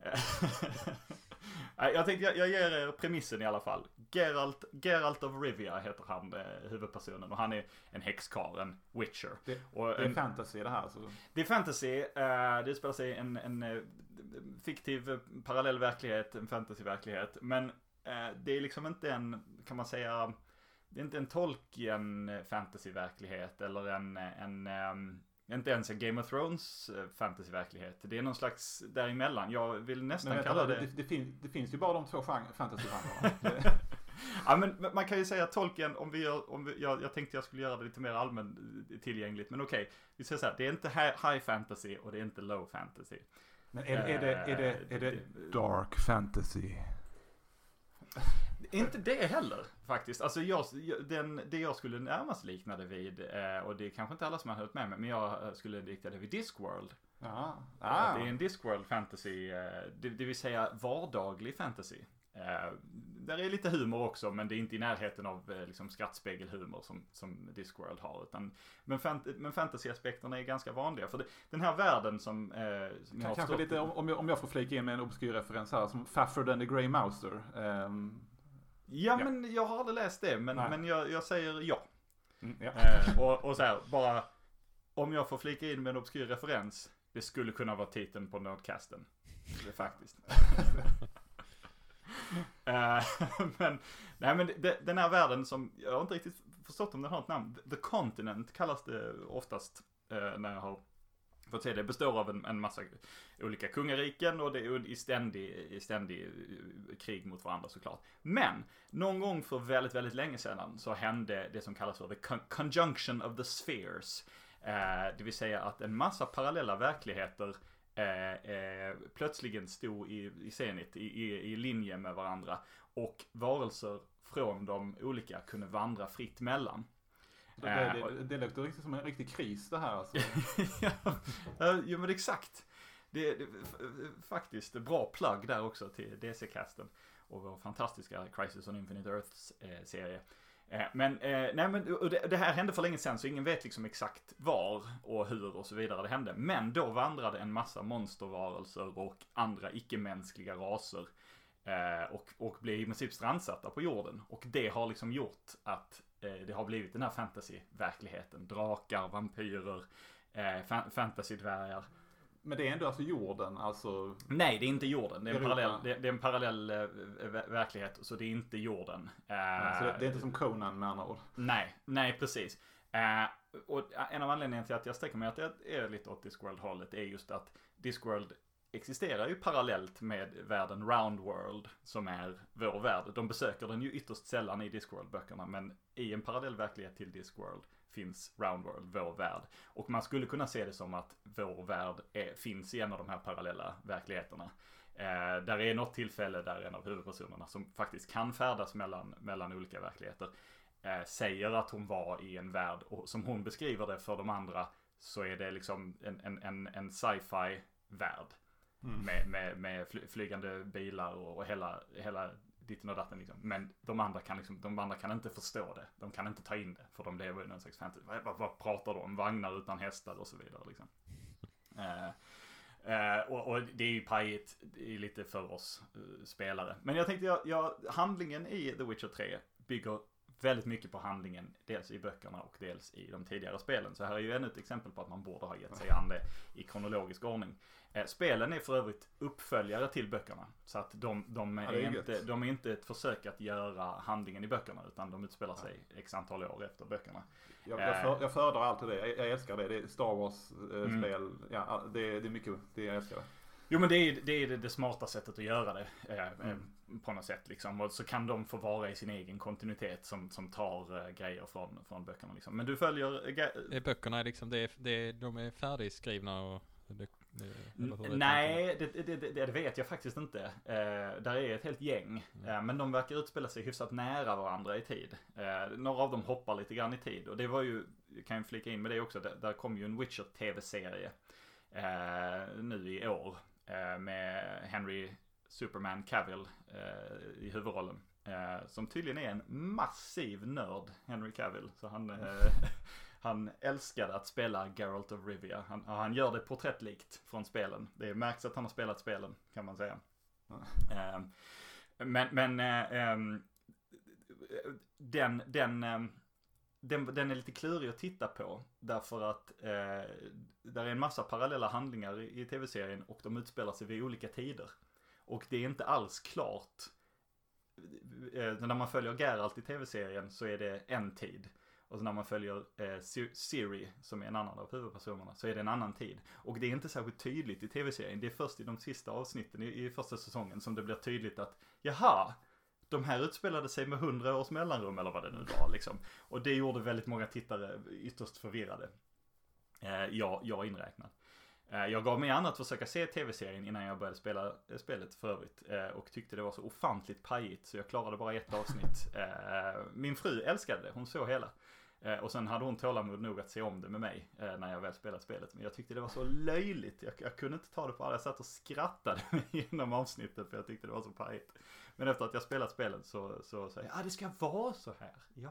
Jag tänkte jag, jag ger er premissen i alla fall. Geralt, Geralt of Rivia heter han, eh, huvudpersonen. Och han är en häxkarl, en witcher. Det, och det är en, fantasy det här. Så. Det är fantasy. Eh, det spelar sig en, en eh, fiktiv eh, parallell verklighet, en fantasyverklighet. Men eh, det är liksom inte en, kan man säga, det är inte en Tolkien fantasyverklighet eller en, en um, inte ens en Game of Thrones fantasyverklighet. Det är någon slags däremellan. Jag vill nästan men, kalla det... Det, det, fin, det finns ju bara de två fantasygenrerna. Ja, men man kan ju säga att Tolkien, om vi gör, om vi, jag, jag tänkte jag skulle göra det lite mer allmänt tillgängligt. Men okej, okay, vi säger så här. Det är inte high fantasy och det är inte low fantasy. Men är, är, det, är, det, är det dark fantasy? Inte det heller faktiskt. Alltså jag, den, det jag skulle närmast likna det vid, eh, och det är kanske inte alla som har hört med mig, men jag skulle likna det vid Discworld. Ah. Ah. Det är en Discworld fantasy, eh, det, det vill säga vardaglig fantasy. Eh, där är lite humor också, men det är inte i närheten av eh, liksom skrattspegelhumor som, som Discworld har. Utan, men, fant, men fantasy-aspekterna är ganska vanliga. För det, den här världen som... Eh, som jag kanske lite, om jag, om jag får flika in med en obskyr referens här, som Fafhrd and the Grey Mouser. Um, ja, ja, men jag har aldrig läst det, men, men jag, jag säger ja. Mm, ja. Eh, och, och så här, bara... Om jag får flika in med en obskyr referens, det skulle kunna vara titeln på Nerdcasten. Det är faktiskt. uh, men, nej men det, den här världen som, jag har inte riktigt förstått om den har ett namn. The Continent kallas det oftast uh, när jag har fått se det. Består av en, en massa olika kungariken och det är i ständig, i ständig krig mot varandra såklart. Men någon gång för väldigt, väldigt länge sedan så hände det som kallas för the con- conjunction of the spheres. Uh, det vill säga att en massa parallella verkligheter Eh, eh, plötsligen stod i, i senit, i, i, i linje med varandra och varelser från de olika kunde vandra fritt mellan. Det, det, det, det låter riktigt som en riktig kris det här alltså. Ja, jo men exakt. Det är faktiskt bra plugg där också till D C-casten och vår fantastiska Crisis on Infinite Earths-serie. Men, eh, nej, men det, det här hände för länge sedan så ingen vet liksom exakt var och hur och så vidare det hände. Men då vandrade en massa monstervarelser och andra icke-mänskliga raser eh, och, och blev i princip strandsatta på jorden. Och det har liksom gjort att eh, det har blivit den här fantasy-verkligheten. Drakar, vampyrer, eh, fa- fantasy-dvärgar. Men det är ändå alltså jorden, alltså... Nej, det är inte jorden. Det är en Europa. parallell, det, det är en parallell äh, verklighet, så det är inte jorden. Uh, ja, så det, det är inte som Conan med andra ord. Nej, nej precis. Uh, och en av anledningarna till att jag sträcker mig att det är lite åt Discworld-hållet är just att Discworld existerar ju parallellt med världen Roundworld som är vår värld. De besöker den ju ytterst sällan i Discworld-böckerna, men i en parallell verklighet till Discworld finns Roundworld, vår värld. Och man skulle kunna se det som att vår värld är, finns i en av de här parallella verkligheterna. Eh, där är något tillfälle där en av huvudpersonerna som faktiskt kan färdas mellan, mellan olika verkligheter eh, säger att hon var i en värld, och som hon beskriver det för de andra så är det liksom en, en, en, en sci-fi värld. Mm. Med, med, med flygande bilar och, och hela, hela ditten och datten liksom. Men de andra, kan liksom, de andra kan inte förstå det. De kan inte ta in det. För de lever i någon slags fantasy. Vad, vad pratar de om? Vagnar utan hästar och så vidare liksom. uh, uh, och, och det är ju pajigt lite för oss uh, spelare. Men jag tänkte, jag, jag, handlingen i The Witcher tre bygger väldigt mycket på handlingen, dels i böckerna och dels i de tidigare spelen. Så här är ju ännu ett exempel på att man borde ha gett sig an det i kronologisk ordning. Eh, spelen är för övrigt uppföljare till böckerna. Så att de, de, är, ja, är inte, de är inte ett försök att göra handlingen i böckerna, utan de utspelar sig ja. x antal år efter böckerna. Jag, jag, för, jag föredrar alltid det. Jag, jag älskar det. Det är Star Wars-spel. Eh, mm. Ja, det, det är mycket det jag älskar. Jo, men det är det, är det, det smarta sättet att göra det eh, mm. på något sätt liksom. Och så kan de få vara i sin egen kontinuitet som, som tar eh, grejer från, från böckerna liksom. Men du följer... Äh, böckerna är liksom, det är, det är, de är färdigskrivna och... Det, det, det nej, det, det, det, det vet jag faktiskt inte. Eh, där är ett helt gäng. Mm. Eh, men de verkar utspela sig hyfsat nära varandra i tid. Eh, några av dem hoppar lite grann i tid. Och det var ju, kan jag flika in med det också, där, där kom ju en Witcher-tv-serie eh, nu i år. Med Henry Superman Cavill eh, i huvudrollen. Eh, som tydligen är en massiv nörd, Henry Cavill. Så han, eh, han älskade att spela Geralt of Rivia. Han, han gör det porträttlikt från spelen. Det märks att han har spelat spelen, kan man säga. Mm. Eh, men men eh, den... den eh, Den, den är lite klurig att titta på, därför att eh, där är en massa parallella handlingar i, i tv-serien och de utspelar sig vid olika tider. Och det är inte alls klart. Eh, när man följer Geralt i tv-serien så är det en tid. Och så när man följer eh, Ciri, som är en annan av huvudpersonerna, så är det en annan tid. Och det är inte särskilt tydligt i tv-serien. Det är först i de sista avsnitten i, i första säsongen som det blir tydligt att, jaha, de här utspelade sig med hundra års mellanrum eller vad det nu var liksom. Och det gjorde väldigt många tittare ytterst förvirrade. Eh, jag, jag inräknad. Eh, jag gav mig an att försöka se tv-serien innan jag började spela eh, spelet för övrigt. Eh, och tyckte det var så ofantligt pajigt så jag klarade bara ett avsnitt. Eh, min fru älskade det, hon såg hela. Eh, och sen hade hon tålamod nog att se om det med mig eh, när jag väl spelade spelet. Men jag tyckte det var så löjligt. Jag, jag kunde inte ta det på alla. Jag satt och skrattade genom avsnittet för jag tyckte det var så pajigt. Men efter att jag spelat spelet så så sa jag, ja ah, det ska vara så här. Ja.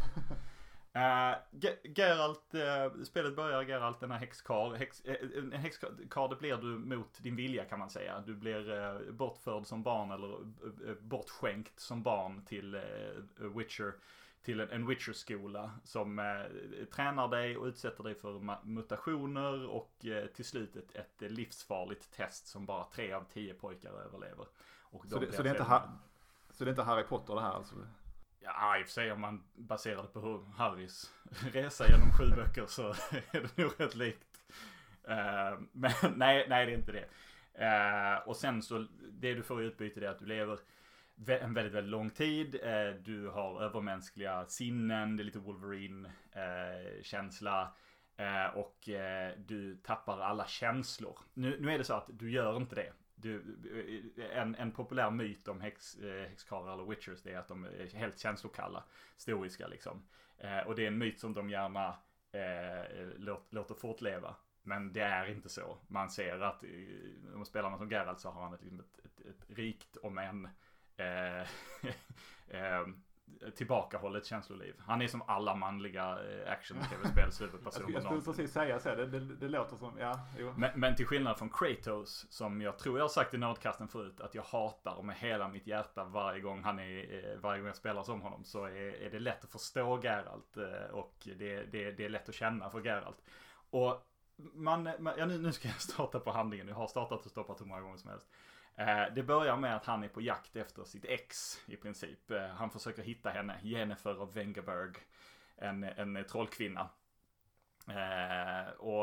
uh, Geralt, uh, spelet börjar Geralt, den här häxkar. Hex, uh, en häxkar, det blir du mot din vilja kan man säga. Du blir uh, bortförd som barn eller uh, bortskänkt som barn till uh, Witcher. Till en, en Witcher-skola som uh, tränar dig och utsätter dig för ma- mutationer och uh, till slut ett, ett livsfarligt test som bara tre av tio pojkar överlever. Och så, det, så, det är inte ha- så det är inte Harry Potter det här alltså? Ja, i och för sig om man baserar det på Harrys resa genom sju böcker så är det nog rätt likt. Uh, men nej, nej, det är inte det. Uh, och sen så, det du får i utbyte är att du lever en väldigt, väldigt lång tid. Uh, du har övermänskliga sinnen, det är lite Wolverine-känsla. Uh, och uh, du tappar alla känslor. Nu, nu är det så att du gör inte det. Du, en, en populär myt om häx, häxkarlar eller witchers det är att de är helt känslokalla, stoiska liksom. Eh, och det är en myt som de gärna eh, låt, låter fortleva. Men det är inte så. Man ser att om spelar man som Geralt så har han ett, ett, ett, ett rikt om en eh, eh, tillbakahållet känsloliv. Han är som alla manliga action-tv-spels huvudpersoner. Jag skulle precis säga så. Det, det, det låter som, ja. Jo. Men, men till skillnad från Kratos, som jag tror jag har sagt i Nordcasten förut, att jag hatar med hela mitt hjärta varje gång han är, varje gång jag spelar som honom, så är, är det lätt att förstå Geralt och det, det, det är lätt att känna för Geralt. Och man, man ja, nu, nu ska jag starta på handlingen. Jag har startat och stoppat hur många gånger som helst. Det börjar med att han är på jakt efter sitt ex i princip. Han försöker hitta henne, Yennefer av Vengerberg, en, en trollkvinna. Och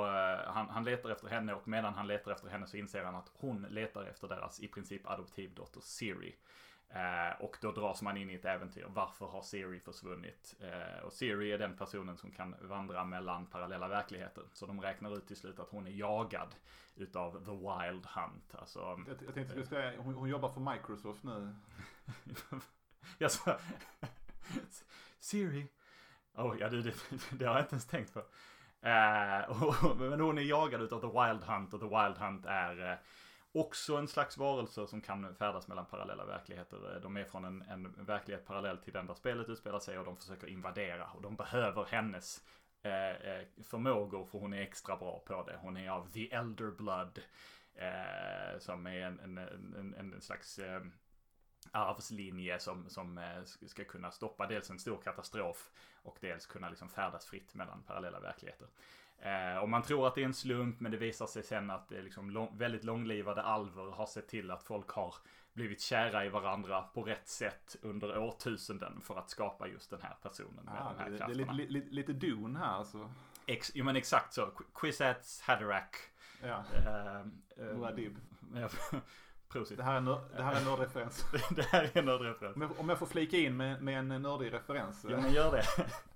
han, han letar efter henne och medan han letar efter henne så inser han att hon letar efter deras i princip adoptivdotter Siri. Uh, och då dras man in i ett äventyr. Varför har Siri försvunnit? Uh, och Siri är den personen som kan vandra mellan parallella verkligheter. Så de räknar ut till slut att hon är jagad utav The Wild Hunt. Alltså, jag, jag tänkte uh, säga, hon, hon jobbar för Microsoft nu. Jag sa Siri. Oh, ja, det, det, det har jag inte ens tänkt på. Uh, och, men hon är jagad utav The Wild Hunt och The Wild Hunt är uh, också en slags varelser som kan färdas mellan parallella verkligheter. De är från en, en verklighet parallell till den där spelet utspelar sig och de försöker invadera. Och de behöver hennes eh, förmågor för hon är extra bra på det. Hon är av The Elder Blood. Eh, som är en, en, en, en slags eh, arvslinje som, som eh, ska kunna stoppa dels en stor katastrof och dels kunna liksom färdas fritt mellan parallella verkligheter. Eh, och man tror att det är en slump, men det visar sig sen att det är liksom lång, väldigt långlivade alver har sett till att folk har blivit kära i varandra på rätt sätt under årtusenden för att skapa just den här personen med ah, de här det, krafterna. Det är lite, lite, lite Dune här alltså. Ex, jo men exakt så. Kwisatz Haderach. Ja. Eh, eh, Muad'Dib. Ja, prosit. Det här är en, det här är en nördreferens. Det här är en nördreferens. Om jag, om jag får flika in med, med en nördig referens. Ja men gör det.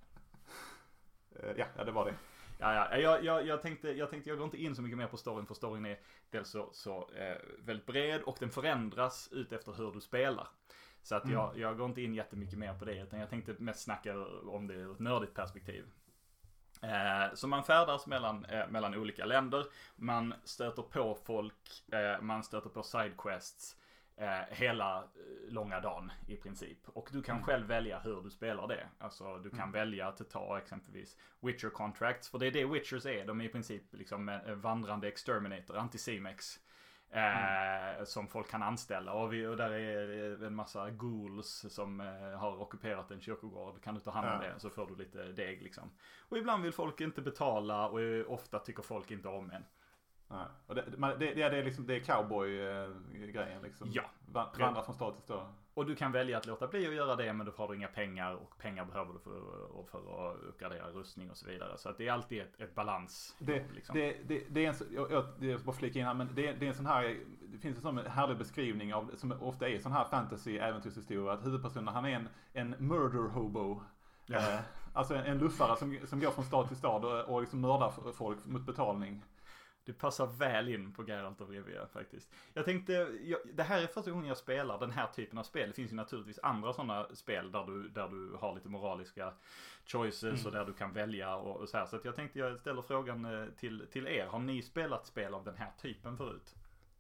ja, ja, det var det. Ja, ja. Jag, jag, jag, tänkte, jag tänkte jag går inte in så mycket mer på storyn för storyn är dels så, så eh, väldigt bred och den förändras ut efter hur du spelar. Så att jag, mm. jag går inte in jättemycket mer på det utan jag tänkte mest snacka om det ur ett nördigt perspektiv. Eh, så man färdas mellan, eh, mellan olika länder, man stöter på folk, eh, man stöter på sidequests eh, hela eh, långa dagen i princip. Och du kan mm. själv välja hur du spelar det. Alltså du kan mm. välja att ta exempelvis Witcher contracts, för det är det Witchers är. De är i princip liksom eh, vandrande exterminator, anti-C-mex. Eh, mm. Som folk kan anställa och, vi, och där är en massa ghouls som eh, har ockuperat en kyrkogård. Kan du ta hand om ja. det så får du lite deg liksom. Och ibland vill folk inte betala och ofta tycker folk inte om en. Ja. Och det, det, det, det är liksom det är cowboy-grejen liksom. Ja. Vandra från stad till stad. Och du kan välja att låta bli att göra det, men då får du inga pengar och pengar behöver du för, för att uppgradera rustning och så vidare. Så att det är alltid ett, ett balans. Det, liksom. det, det, det är en jag, jag, jag bara flika in här, men det, det är en sån här, det finns en sån härlig beskrivning av, som ofta är sån här fantasy-äventyrshistoria, att huvudpersonen han är en, en murder hobo. Ja. Eh, alltså en, en luffare som, som går från stad till stad och, och liksom mördar folk mot betalning. Det passar väl in på Geralt of Rivia faktiskt. Jag tänkte, jag, det här är första gången jag spelar den här typen av spel. Det finns ju naturligtvis andra sådana spel där du, där du har lite moraliska choices mm. och där du kan välja och, och så här. Så att jag tänkte jag ställer frågan till, till er. Har ni spelat spel av den här typen förut?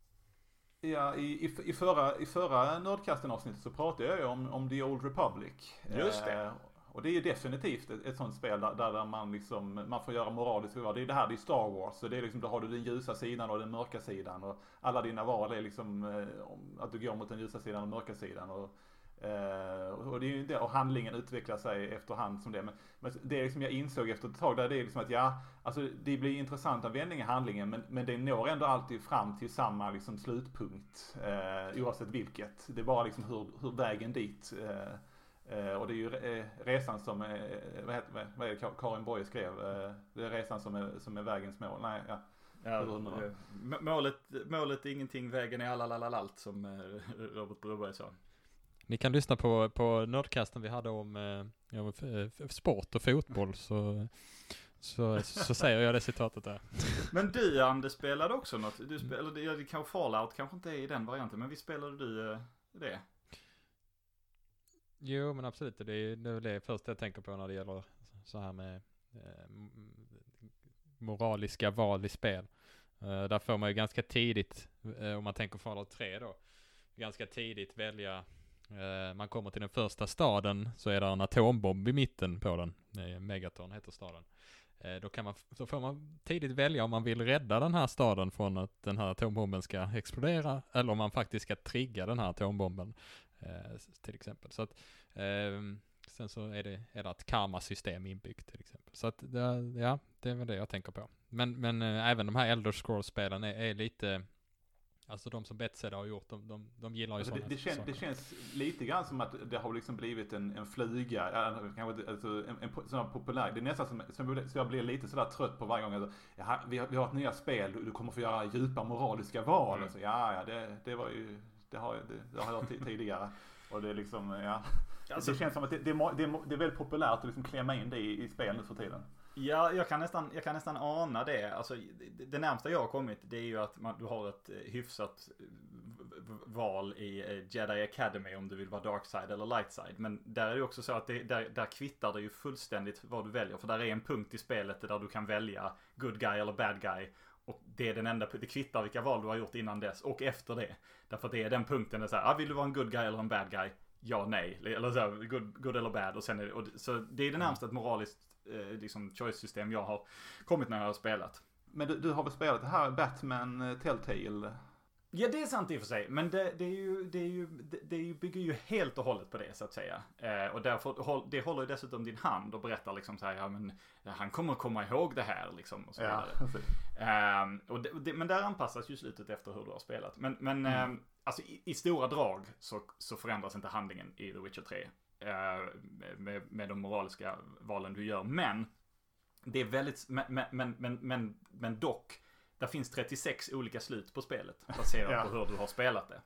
Ja, i, i, i förra, i förra Nördkasten-avsnittet så pratade jag ju om, om The Old Republic. Just det. Eh, Och det är ju definitivt ett, ett sånt spel där, där man liksom, man får göra moraliska val. Det är det här, det är Star Wars. Så det är liksom, då har du den ljusa sidan och den mörka sidan. Och alla dina val är liksom eh, att du går mot den ljusa sidan och mörka sidan. Och, eh, och, det är ju det, och handlingen utvecklar sig efterhand som det. Men, men det är liksom jag insåg efter ett tag där, det är liksom att ja, alltså det blir intressanta vändningar i handlingen. Men, men det når ändå alltid fram till samma liksom slutpunkt. Eh, oavsett vilket. Det är bara liksom hur, hur vägen dit eh, Uh, och det är ju uh, resan som, uh, vad heter det, vad är det Karin Boye skrev? Uh, det är resan som är, som är vägens mål. Nej, ja. ja uh, målet, målet är ingenting, vägen är allt som uh, Robert Broberg sa. Ni kan lyssna på, på Nördkasten vi hade om uh, ja, sport och fotboll så, så, så säger jag det citatet där. Men du Anders spelade också något. Du spelade, ja, kanske Fallout kanske inte är i den varianten, men vi spelade du uh, det? Jo, men absolut. Det är det, det första jag tänker på när det gäller så här med eh, moraliska val i spel. Eh, där får man ju ganska tidigt, eh, om man tänker Fallout tre då, ganska tidigt välja, eh, man kommer till den första staden så är det en atombomb i mitten på den. Eh, Megaton heter staden. Eh, då, kan man, då får man tidigt välja om man vill rädda den här staden från att den här atombomben ska explodera eller om man faktiskt ska trigga den här atombomben. Eh, till exempel. Så att, eh, sen så är det, är det ett karmasystem inbyggt till exempel. Så att det, ja, det är väl det jag tänker på. Men, men eh, även de här Elder Scrolls-spelen är, är lite Alltså de som Bethesda har gjort, de, de, de gillar ju Alltså sådana det, det, kän, saker. det känns lite grann som att det har liksom blivit en, en flyga, alltså en, en, en sån här populär. Det är nästan som, som jag blir lite sådär trött på varje gång. Alltså, ja, vi, har, vi har ett nya spel, du, du kommer få göra djupa moraliska val. Mm. Alltså, ja, ja det, det var ju, det har, det, det har jag hört tidigare. Och det är liksom, ja. Alltså, det känns som att det, det, är, det, är, det är väldigt populärt att liksom klämma in det i, i spel nu för tiden. Ja, jag kan nästan, jag kan nästan ana det. Alltså, det, det närmsta jag har kommit, det är ju att man, du har ett hyfsat val i Jedi Academy om du vill vara dark side eller light side. Men där är det också så att det, där, där kvittar det ju fullständigt vad du väljer. För där är en punkt i spelet där du kan välja good guy eller bad guy. Och det är den enda, det kvittar vilka val du har gjort innan dess och efter det. Därför att det är den punkten där så här, ah, vill du vara en good guy eller en bad guy? Ja, nej. Eller så här, good, good eller bad. Och sen är det, och, så det är det närmsta ett moraliskt eh, liksom choice-system jag har kommit när jag har spelat. Men du, du har väl spelat det här Batman Telltale? Ja, det är sant i och för sig. Men det, det, är ju, det, är ju, det, det är ju, bygger ju helt och hållet på det, så att säga. Eh, och därför, det håller ju dessutom din hand och berättar liksom så här, ja men han kommer komma ihåg det här liksom. Och så ja, eh, och det, det, men där anpassas ju slutet efter hur du har spelat. Men, men mm. eh, alltså i, i stora drag så, så förändras inte handlingen i The Witcher tre. Eh, med, med de moraliska valen du gör. Men det är väldigt, men, men, men, men, men dock, där finns trettiosex olika slut på spelet baserat ja. på hur du har spelat det.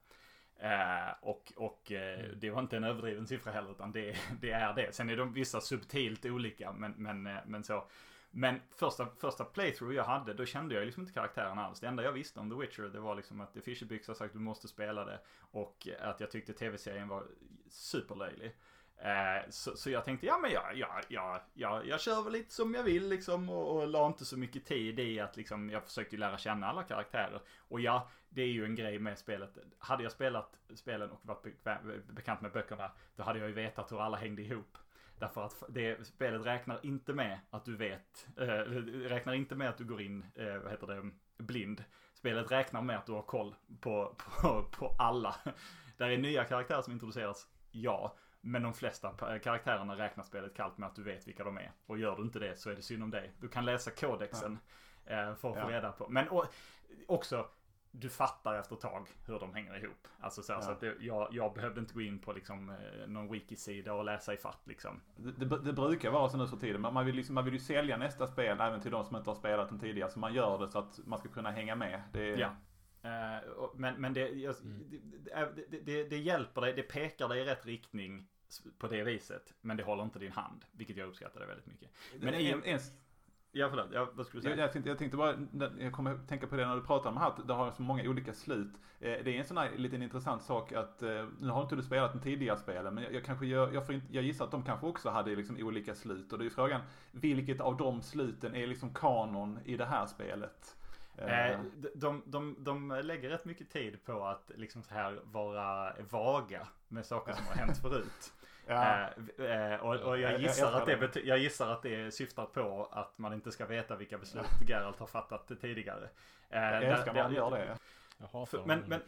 Eh, och och eh, det var inte en överdriven siffra heller, utan det, det är det. Sen är de vissa subtilt olika, men, men, men så. Men första, första playthrough jag hade, då kände jag liksom inte karaktären alls. Det enda jag visste om The Witcher, det var liksom att Fischerbyx har sagt att du måste spela det. Och att jag tyckte tv-serien var superlöjlig. Eh, så, så jag tänkte, ja men jag, jag, jag, jag, jag kör väl lite som jag vill liksom, och, och la inte så mycket tid i att liksom, jag försökte lära känna alla karaktärer. Och ja, det är ju en grej med spelet. Hade jag spelat spelen och varit be- bekant med böckerna, då hade jag ju vetat hur alla hängde ihop. Därför att det, spelet räknar inte med att du vet, äh, räknar inte med att du går in, äh, vad heter det, blind. Spelet räknar med att du har koll på, på, på alla. Där är nya karaktärer som introduceras, ja. Men de flesta karaktärerna räknar spelet kallt med att du vet vilka de är. Och gör du inte det så är det synd om dig. Du kan läsa kodexen ja. eh, för att få ja. reda på. Men och, också, du fattar efter ett tag hur de hänger ihop. Alltså så, ja. så att det, jag, jag behövde inte gå in på liksom, eh, någon wiki-sida och läsa i fatt liksom. Det, det, det brukar vara så nu för tiden. Man vill, liksom, man vill ju sälja nästa spel även till de som inte har spelat den tidigare. Så man gör det så att man ska kunna hänga med. Det är... Ja. Uh, men men det, jag, mm. det, det, det, det hjälper dig, det pekar dig i rätt riktning på det viset, men det håller inte din hand, vilket jag uppskattade väldigt mycket. Men en, en, ja, förlåt, ja, vad skulle du säga? Jag, jag, tänkte, jag tänkte bara, jag kommer att tänka på det när du pratar om det här, att det har så många olika slut. Det är en sån här liten intressant sak att, nu har inte du spelat den tidigare spelen, men jag, jag kanske jag, jag, får inte, jag gissar att de kanske också hade liksom olika slut, och det är ju frågan, vilket av de sluten är liksom kanon i det här spelet? Eh, de, de, de lägger rätt mycket tid på att liksom så här vara vaga med saker som har hänt förut. Ja. Eh, och, och jag gissar jag, jag att det bety- jag gissar att det syftar på att man inte ska veta vilka beslut Geralt har fattat tidigare. Eh, jag älskar man gör det. Jag hatar men, men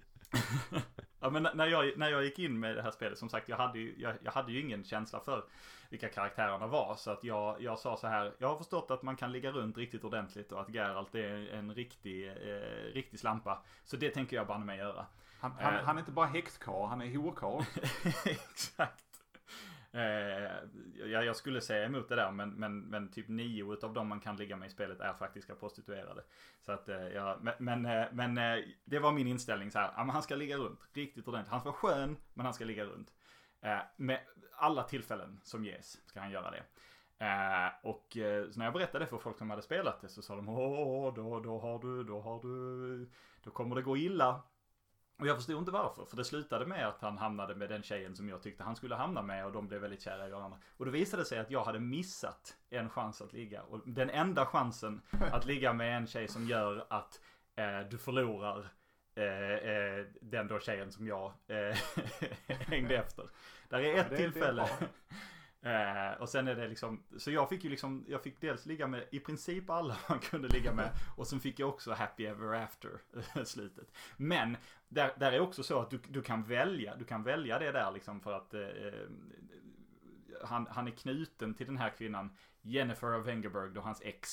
ja, men när jag när jag gick in med det här spelet, som sagt, jag hade ju jag, jag hade ju ingen känsla för vilka karaktärerna var, så att jag jag sa så här, jag har förstått att man kan ligga runt riktigt ordentligt och att Geralt är en riktig eh, riktig slampa, så det tänker jag bara med göra. Han, han, eh. han är inte bara häxkarl, han är horkarl. Exakt. Eh, jag, jag skulle säga emot det där, men, men, men typ nio utav dem man kan ligga med i spelet är faktiska prostituerade. Så att, eh, ja, men, men, eh, men eh, det var min inställning så här, ja, men han ska ligga runt riktigt ordentligt. Han ska vara skön, men han ska ligga runt. Eh, med alla tillfällen som ges ska han göra det. Eh, och eh, så när jag berättade för folk som hade spelat det, så sa de, åh, då, då har du, då har du, då kommer det gå illa. Och jag förstod inte varför, för det slutade med att han hamnade med den tjejen som jag tyckte han skulle hamna med, och de blev väldigt kära i varandra. Och då visade det sig att jag hade missat en chans att ligga. Och den enda chansen att ligga med en tjej som gör att eh, du förlorar eh, eh, den då tjejen som jag eh, hängde efter. Där är ett ja, det, tillfälle. Det Eh, och sen är det liksom, så jag fick ju liksom, jag fick dels ligga med i princip alla man kunde ligga med, och sen fick jag också Happy Ever After slutet. Men där, där är också så att du, du kan välja, du kan välja det där liksom, för att eh, han, han är knuten till den här kvinnan Jennifer av Vengerberg, då hans ex.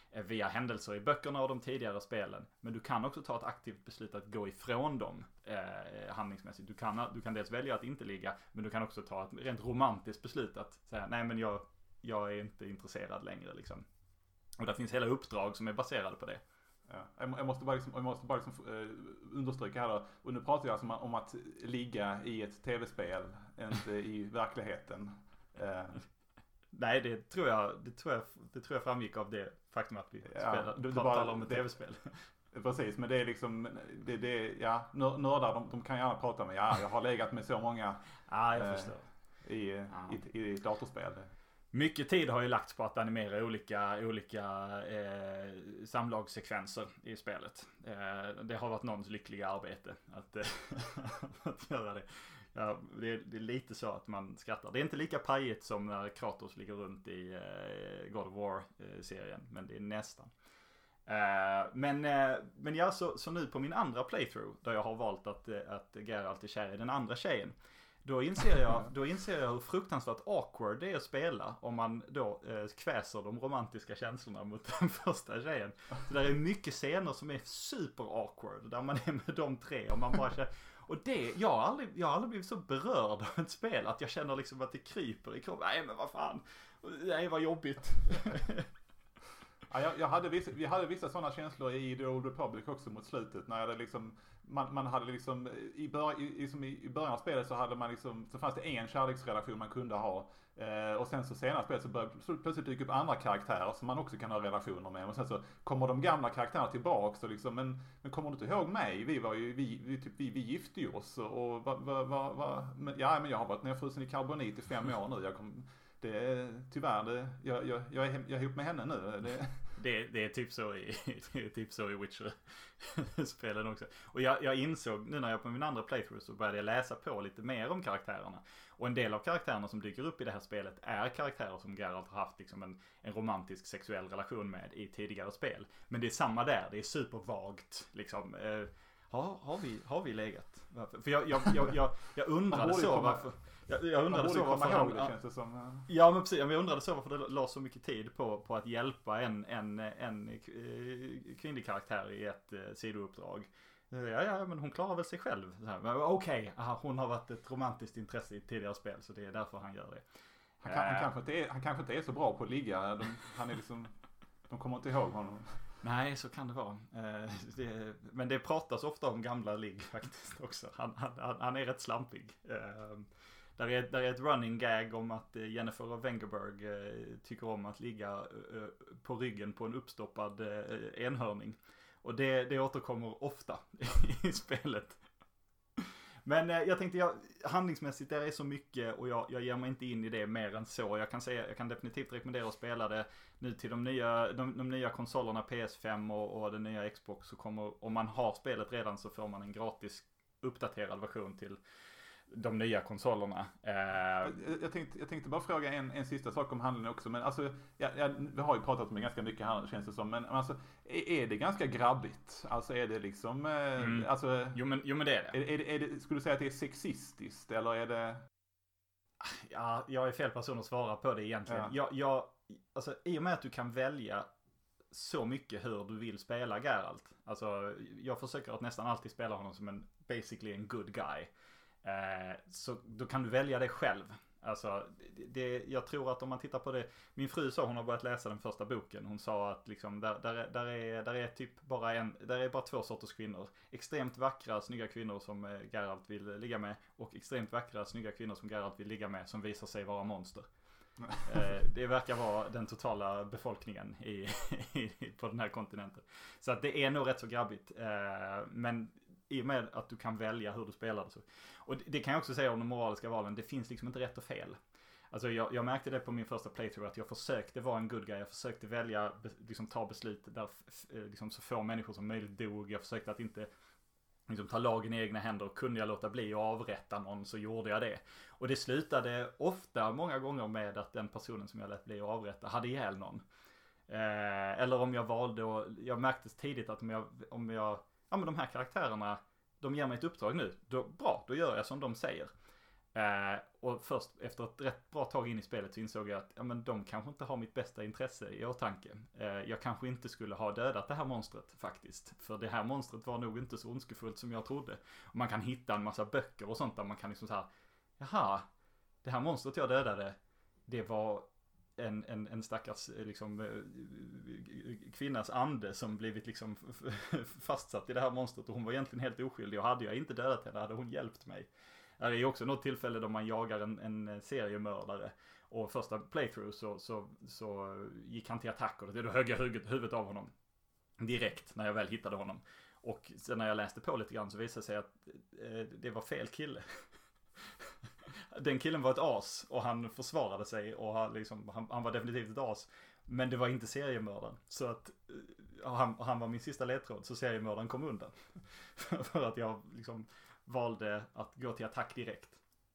eh, via händelser i böckerna och de tidigare spelen. Men du kan också ta ett aktivt beslut att gå ifrån dem eh, handlingsmässigt. Du kan, du kan dels välja att inte ligga, men du kan också ta ett rent romantiskt beslut att säga nej men jag, jag är inte intresserad längre liksom. Och där finns hela uppdrag som är baserade på det. Ja, jag måste bara, liksom, jag måste bara liksom, uh, understryka här då. Och nu pratar jag alltså om, om att ligga i ett tv-spel, inte i verkligheten. Uh. Nej, det tror jag, det tror jag, det tror jag framgick av det faktum att vi ja, spelar, det, det talar bara, om ett det, tv-spel. Precis, men det är liksom, det, det, ja, nördar de, de kan gärna prata med, ja, jag har legat med så många ja, jag förstår. Uh, i, ja. i, i, i datorspel. Mycket tid har ju lagts på att animera olika, olika eh, samlagssekvenser i spelet. Eh, det har varit någons lyckliga arbete att, eh, att göra det. Ja, det, är, det är lite så att man skrattar. Det är inte lika pajigt som när Kratos ligger runt i eh, God of War-serien, men det är nästan. Eh, men, eh, men ja, så, så nu på min andra playthrough, där jag har valt att, att Geralt är kär i den andra tjejen. Då inser jag, då inser jag hur fruktansvärt awkward det är att spela om man då eh, kväser de romantiska känslorna mot den första tjejen. Så där är mycket scener som är super awkward där man är med de tre och man bara känner, och det, jag har aldrig, jag har aldrig blivit så berörd av ett spel att jag känner liksom att det kryper i kroppen. Nej men vad fan, nej vad jobbigt. Ja, jag, jag hade vissa, vi hade vissa sådana känslor i The Old Republic också mot slutet när det liksom man, man hade liksom i, bör, i, liksom i början av spelet så hade man liksom så fanns det en kärleksrelation man kunde ha eh, och sen så senare spelet så började så plötsligt dyka upp andra karaktärer som man också kan ha relationer med och sen så kommer de gamla karaktärerna tillbaks och liksom men, men kommer du inte ihåg mig? Vi var ju vi vi typ vi, vi gifte ju oss och, och va, va, va, va, men, ja men jag har varit nedfrusen i karbonit i fem år nu jag kom det är tyvärr det, jag, jag, jag, är, jag är ihop med henne nu. Det, det, det är typ så i, det är typ så i Witcher-spelen också. Och jag, jag insåg nu när jag på min andra playthrough så började jag läsa på lite mer om karaktärerna. Och en del av karaktärerna som dyker upp i det här spelet är karaktärer som Geralt har haft liksom en, en romantisk sexuell relation med i tidigare spel. Men det är samma där, det är supervagt liksom. Eh, har, har, vi, har vi legat? Varför? För jag, jag, jag, jag, jag undrade så komma, varför... Jag, jag undrade så varför han... Det känns det som, ja men precis, jag undrade så varför det la så mycket tid på, på att hjälpa en, en, en kvinnlig karaktär i ett uh, sidouppdrag. Ja, ja, men hon klarar väl sig själv. Okej, okay, hon har varit ett romantiskt intresse i tidigare spel så det är därför han gör det. Han, kan, uh, han, kanske, inte är, han kanske inte är så bra på att ligga. De, han är liksom, de kommer inte ihåg honom. Nej, så kan det vara. Eh, det, men det pratas ofta om gamla ligg faktiskt också. Han, han, han är rätt slampig. Eh, där, är, där är ett running gag om att Jennifer av Wengerberg eh, tycker om att ligga eh, på ryggen på en uppstoppad eh, enhörning. Och det, det återkommer ofta i spelet. Men eh, jag tänkte, jag, handlingsmässigt där är så mycket och jag, jag ger mig inte in i det mer än så. Jag kan säga, jag kan definitivt rekommendera att spela det nu till de nya, de, de nya konsolerna P S fem och, och den nya Xbox. Så kommer, om man har spelet redan så får man en gratis uppdaterad version till de nya konsolerna. Eh, jag, jag, tänkte, jag tänkte bara fråga en, en sista sak om handeln också. Men alltså, jag, jag, vi har ju pratat med ganska mycket här känns det som. Men alltså, är, är det ganska grabbigt? Alltså är det liksom... Eh, mm. alltså, jo, men, jo men det är det. Är, är, är det. Skulle du säga att det är sexistiskt eller är det... Ja, jag är fel person att svara på det egentligen. Ja. Jag, jag, alltså, i och med att du kan välja så mycket hur du vill spela Geralt. Alltså, jag försöker att nästan alltid spela honom som en basically en good guy. Eh, så då kan du välja det själv. Alltså, det, det, jag tror att om man tittar på det. Min fru sa hon har börjat läsa den första boken. Hon sa att liksom, där, där, där, är, där är typ bara en, där är bara två sorters kvinnor. Extremt vackra, snygga kvinnor som eh, Geralt vill ligga med. Och extremt vackra, snygga kvinnor som Geralt vill ligga med. Som visar sig vara monster. eh, det verkar vara den totala befolkningen i, i, på den här kontinenten. Så att det är nog rätt så grabbigt. Eh, men i och med att du kan välja hur du spelar det så. Och det, det kan jag också säga om de moraliska valen. Det finns liksom inte rätt och fel. Alltså jag, jag märkte det på min första playthrough att jag försökte vara en good guy. Jag försökte välja, liksom ta beslut där liksom, så få människor som möjligt dog. Jag försökte att inte liksom, ta lagen i egna händer. Och kunde jag låta bli och avrätta någon så gjorde jag det. Och det slutade ofta, många gånger med att den personen som jag lät bli att avrätta hade ihjäl någon. Eh, eller om jag valde och jag märkte tidigt att om jag, om jag ja men de här karaktärerna, de ger mig ett uppdrag nu. Då, bra, då gör jag som de säger. Eh, och först efter ett rätt bra tag in i spelet så insåg jag att ja, men de kanske inte har mitt bästa intresse i åtanke. Eh, jag kanske inte skulle ha dödat det här monstret faktiskt. För det här monstret var nog inte så ondskefullt som jag trodde. Och man kan hitta en massa böcker och sånt där man kan liksom så här, jaha, det här monstret jag dödade, det var en, en, en stackars liksom, kvinnas ande som blivit liksom fastsatt i det här monstret och hon var egentligen helt oskyldig och hade jag inte dödat henne hade hon hjälpt mig. Det är också något tillfälle då man jagar en, en seriemördare och första playthrough så, så, så gick han till attack och då högg jag huvudet, huvudet av honom direkt när jag väl hittade honom. Och sen när jag läste på lite grann så visade det sig att eh, det var fel kille. Den killen var ett as och han försvarade sig och han, liksom, han, han var definitivt ett as. Men det var inte seriemördaren. Så att han, han var min sista ledtråd så seriemördaren kom undan. För att jag liksom valde att gå till attack direkt.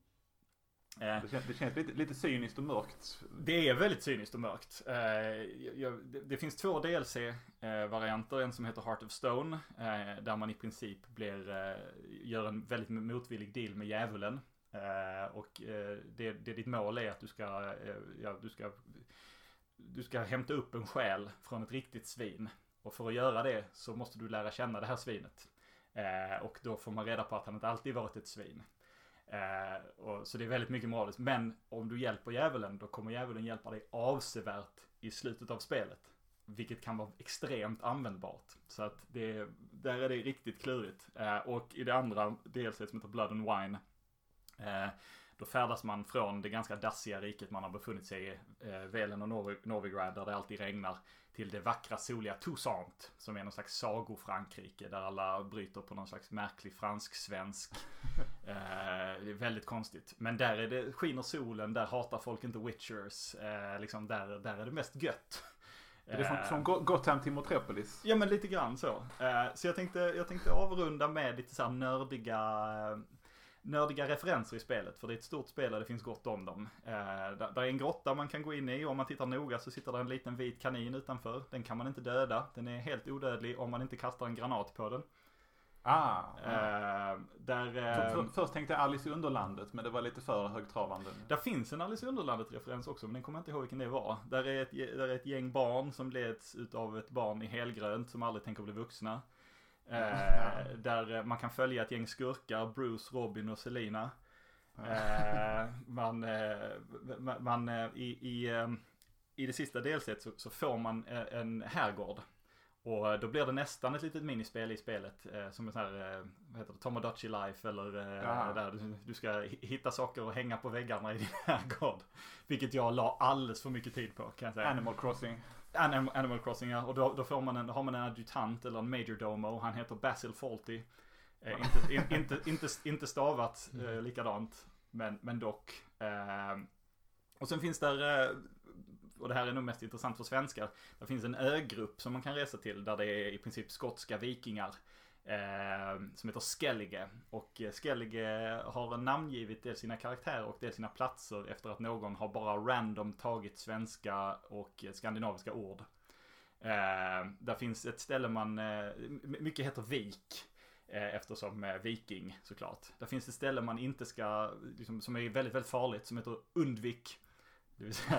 Det känns, det känns lite, lite cyniskt och mörkt. Det är väldigt cyniskt och mörkt. Eh, jag, det, det finns två D L C-varianter. En som heter Heart of Stone. Eh, där man i princip blir, eh, gör en väldigt motvillig deal med djävulen. Eh, och eh, det, det ditt mål är att du ska, eh, ja, du ska du ska hämta upp en själ från ett riktigt svin. Och för att göra det så måste du lära känna det här svinet. Eh, och då får man reda på att han inte alltid varit ett svin. Eh, och, så det är väldigt mycket moraliskt. Men om du hjälper djävulen, då kommer djävulen hjälpa dig avsevärt i slutet av spelet. Vilket kan vara extremt användbart. Så att det, där är det riktigt klurigt. Eh, och i det andra D L C som heter Blood and Wine, eh, då färdas man från det ganska dassiga riket man har befunnit sig i, eh, Velen och Novi- Novigrad, där det alltid regnar, till det vackra soliga Toussaint, som är någon slags sago-Frankrike där alla bryter på någon slags märklig fransk-svensk. eh, det är väldigt konstigt. Men där är det, skiner solen, där hatar folk inte witchers. Eh, liksom där, där är det mest gött. Är det från, från Gotham till Metropolis? Ja, men lite grann så. Eh, så jag tänkte, jag tänkte avrunda med lite så här nördiga... nördiga referenser i spelet, för det är ett stort spel och det finns gott om dem. Eh, där, där är en grotta man kan gå in i och om man tittar noga så sitter det en liten vit kanin utanför. Den kan man inte döda. Den är helt odödlig om man inte kastar en granat på den. Ah, eh, där, eh, för, för, först tänkte jag Alice i Underlandet, men det var lite för högtravande. Där finns en Alice i Underlandet-referens också, men den kommer jag inte ihåg vilken det var. Där är ett, där är ett gäng barn som leds utav ett barn i helgrönt som aldrig tänker bli vuxna. Eh, där man kan följa ett gäng skurkar, Bruce, Robin och Selina. Eh, man, eh, man, man i, i, i det sista delset så, så får man en herrgård. Och då blir det nästan ett litet minispel i spelet. Eh, som en sån här, eh, vad heter det, Tomodachi Life. Eller eh, där du, du ska hitta saker och hänga på väggarna i din herrgård. Vilket jag la alldeles för mycket tid på, kan jag säga. Animal Crossing. Animal, Animal Crossing, ja. Och då, då får man en, har man en adjutant eller en majordomo. Han heter Basil Fawlty. Eh, inte, in, inte, inte, inte stavat eh, likadant. Men, men dock. Eh, och sen finns där... Eh, och det här är nog mest intressant för svenskar. Det finns en ögrupp som man kan resa till. Där det är i princip skotska vikingar. Eh, som heter Skellige. Och Skellige har namngivit dels sina karaktärer och dels sina platser efter att någon har bara random tagit svenska och skandinaviska ord. Eh, där finns ett ställe man, eh, mycket heter Vik, eh, eftersom eh, viking såklart. Där finns ett ställe man inte ska, liksom, som är väldigt, väldigt farligt, som heter Undvik. Det vill säga,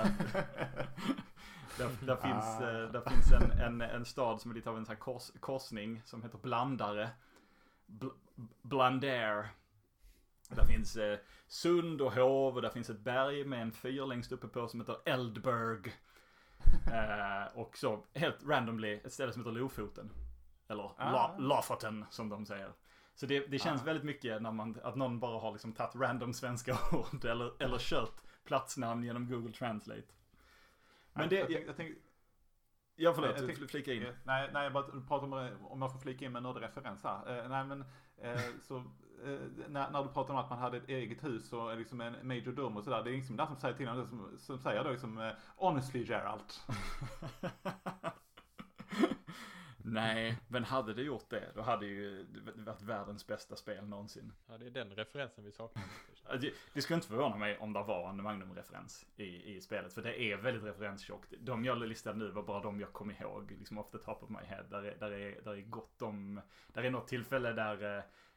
där, där finns, ah. där finns en, en, en stad som är lite av en sån här kors, korsning som heter Blandare. Bl, Blandair. Där finns eh, sund och hov och där finns ett berg med en fyr längst uppe på som heter Eldberg. Eh, och så helt randomly ett ställe som heter Lofoten. Eller ah. La, Lafoten som de säger. Så det, det känns ah. väldigt mycket när man, att någon bara har liksom tagit random svenska ord eller, eller kört platsnamn genom Google Translate. Men det... Jag, jag, jag tänk, ja, förlåt, jag tänk, flika in. Nej, nej, jag bara pratar om, om jag får flika in med några referenser här. Eh, nej, men eh, så eh, när, när du pratar om att man hade ett eget hus och liksom en majordom och sådär, det är ingen som där som säger till någon som, som säger då liksom eh, honestly Gerald. Nej, men hade det gjort det, då hade ju det varit världens bästa spel någonsin. Ja, det är den referensen vi saknar. Det, det skulle inte förvåna mig om det var en Magnum-referens i, i spelet, för det är väldigt referenstjockt. De jag listade nu var bara de jag kom ihåg, liksom off the top of my head. Där är, där är, där är gott om, där är något tillfälle där,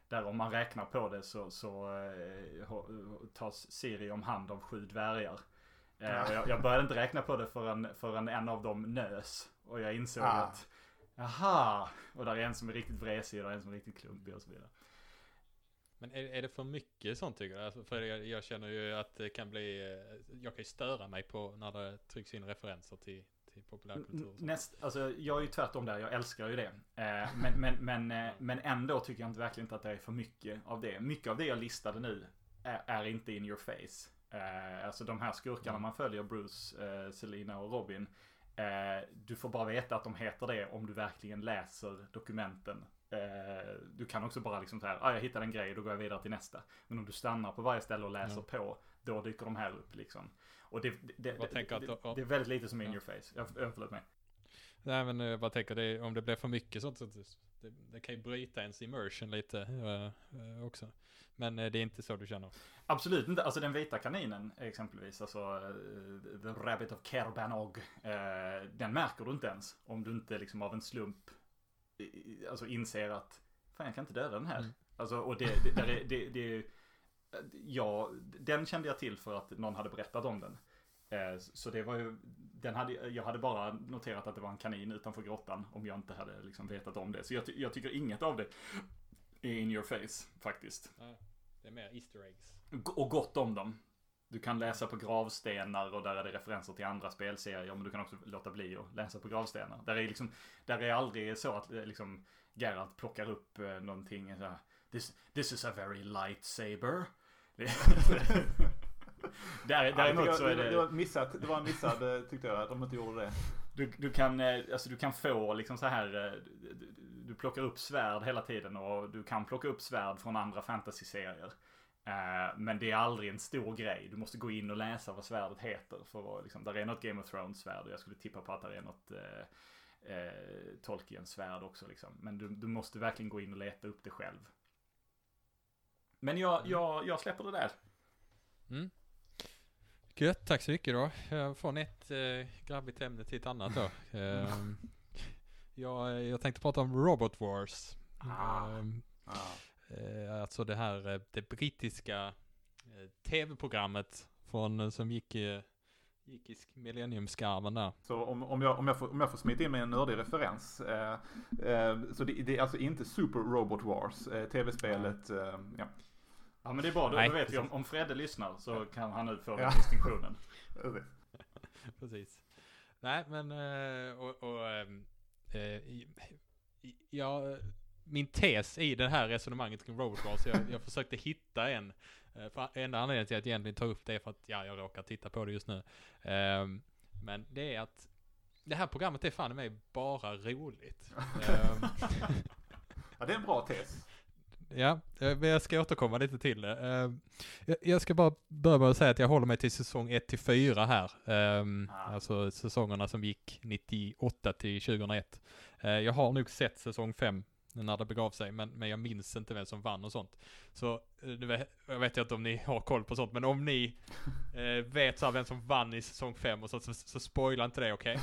Där om man räknar på det så, så eh, tas Ciri om hand av sju dvärgar. Eh, och jag, jag började inte räkna på det förrän, förrän en av dem nös. Och jag insåg ah. att, aha, och där är en som är riktigt vresig och där är en som är riktigt klumpig och så vidare. Men är, är det för mycket sånt tycker du? Alltså, för jag, jag känner ju att det kan bli, jag kan ju störa mig på när det trycks in referenser till, till populärkultur. Näst, alltså jag är ju tvärtom där, jag älskar ju det. Eh, men, men, men, eh, men ändå tycker jag inte verkligen inte att det är för mycket av det. Mycket av det jag listade nu är, är inte in your face. Eh, alltså de här skurkarna mm. man följer, Bruce, eh, Selina och Robin. Eh, du får bara veta att de heter det om du verkligen läser dokumenten. Eh, du kan också bara liksom så här, ah, jag hittade en grej, då går jag vidare till nästa. Men om du stannar på varje ställe och läser mm. på, då dyker de här upp liksom. Och det, det, det, det, att, det, det är väldigt lite som in ja. your face. Jag, jag förlåt mig. Nej men jag bara tänker, det, om det blir för mycket sånt så det, det kan ju bryta ens immersion lite äh, också. Men äh, det är inte så du känner. Absolut inte. Alltså den vita kaninen exempelvis, alltså uh, The Rabbit of Kerbanog, uh, den märker du inte ens om du inte liksom av en slump alltså inser att fan jag kan inte döda den här. Mm. Alltså, och det, det, det, det, det ja, den kände jag till för att någon hade berättat om den. Eh, så det var ju, den hade, jag hade bara noterat att det var en kanin utanför grottan om jag inte hade liksom vetat om det. Så jag, jag tycker inget av det är in your face faktiskt. Ja, det är mer Easter eggs. Och gott om dem. Du kan läsa på gravstenar och där är det referenser till andra spelserier, men du kan också låta bli att läsa på gravstenar. Där är liksom, där är aldrig så att liksom Geralt plockar upp eh, någonting så här, this, this is a very lightsaber. där, däremot ja, så är det... Det var missat, det var missat tyckte jag, att de inte gjorde det. Du, du, kan, alltså du kan få liksom så här, du, du plockar upp svärd hela tiden och du kan plocka upp svärd från andra fantasy-serier. Men det är aldrig en stor grej. Du måste gå in och läsa vad svärdet heter. För liksom, där är något Game of Thrones-svärd. Och jag skulle tippa på att det är något eh, eh, Tolkien-svärd också. Liksom. Men du, du måste verkligen gå in och leta upp det själv. Men jag, jag, jag släpper det där. Mm. Gött, tack så mycket då. Från ett eh, grabbigt ämne till ett annat då. eh, jag, jag tänkte prata om Robot Wars. Ah. Eh, ah. Eh, alltså det här, det brittiska eh, tv-programmet från, som gick, eh, gick i millenniumskarven där. Så om, om, jag, om, jag får, om jag får smita in med en nördig referens. Eh, eh, så det, det är alltså inte Super Robot Wars, eh, tv-spelet. Eh, ja. ja men det är bra, då, Nej, då vet precis. vi om, om Fredde lyssnar så ja. kan han nu få ja. distinktionen. Precis. Nej men, eh, och, och eh, ja... Min tes i det här resonemanget kring Robot Wars, jag, jag försökte hitta en. För enda anledningen till att jag egentligen tar upp det är för att ja, jag råkar titta på det just nu. Um, men det är att det här programmet är fan mig bara roligt. um, ja, det är en bra tes. Ja, jag ska återkomma lite till det. Um, jag, jag ska bara börja med att säga att jag håller mig till säsong ett till fyra här. Um, ah. Alltså säsongerna som gick nittioåtta till tjugohundraett. Uh, jag har nog sett säsong fem när det begav sig, men, men jag minns inte vem som vann och sånt. Så jag vet inte om ni har koll på sånt, men om ni eh, vet så här vem som vann i säsong fem och så, så, så spoila inte det, okej?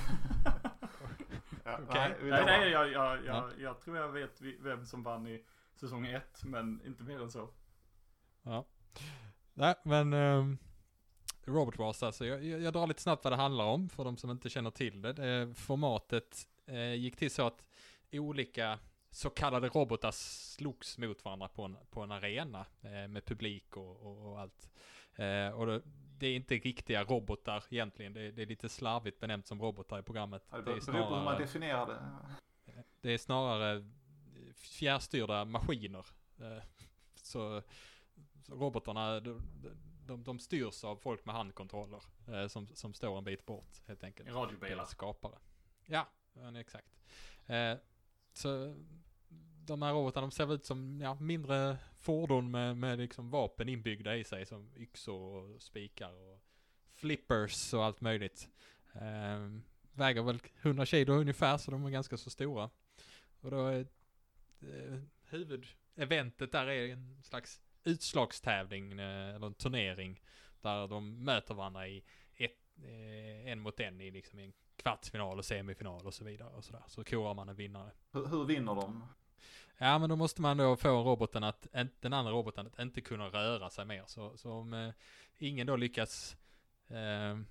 Okay? okay. Nej, nej, nej jag, jag, jag, jag tror jag vet vem som vann i säsong ett, men inte mer än så. Ja. Nej, men um, Robot Wars alltså, jag, jag drar lite snabbt vad det handlar om för de som inte känner till det. det formatet eh, gick till så att olika så kallade robotar slogs mot varandra på en, på en arena eh, med publik och, och, och allt. Eh, och det, det är inte riktiga robotar egentligen. Det, det är lite slarvigt benämnt som robotar i programmet. Ja, det är snarare, hur man definierar det. Det är snarare fjärrstyrda maskiner. Eh, så, så robotarna de, de, de styrs av folk med handkontroller eh, som, som står en bit bort helt enkelt. Radiobilar. Skapare. Ja, exakt. Eh, så de här robotarna, de ser ut som ja, mindre fordon med, med liksom vapen inbyggda i sig som yxor och spikar och flippers och allt möjligt. Eh, väger väl hundra kilo ungefär, så de är ganska så stora. Och då är eh, huvudeventet där är en slags utslagstävling eh, eller en turnering där de möter varandra i ett, eh, en mot en i liksom en kvartsfinal och semifinal och så vidare och så där. Så korar man en vinnare. Hur, hur vinner de? Ja, men då måste man då få roboten att, den andra roboten att inte kunna röra sig mer. Så, så om eh, ingen då lyckas eh, eh,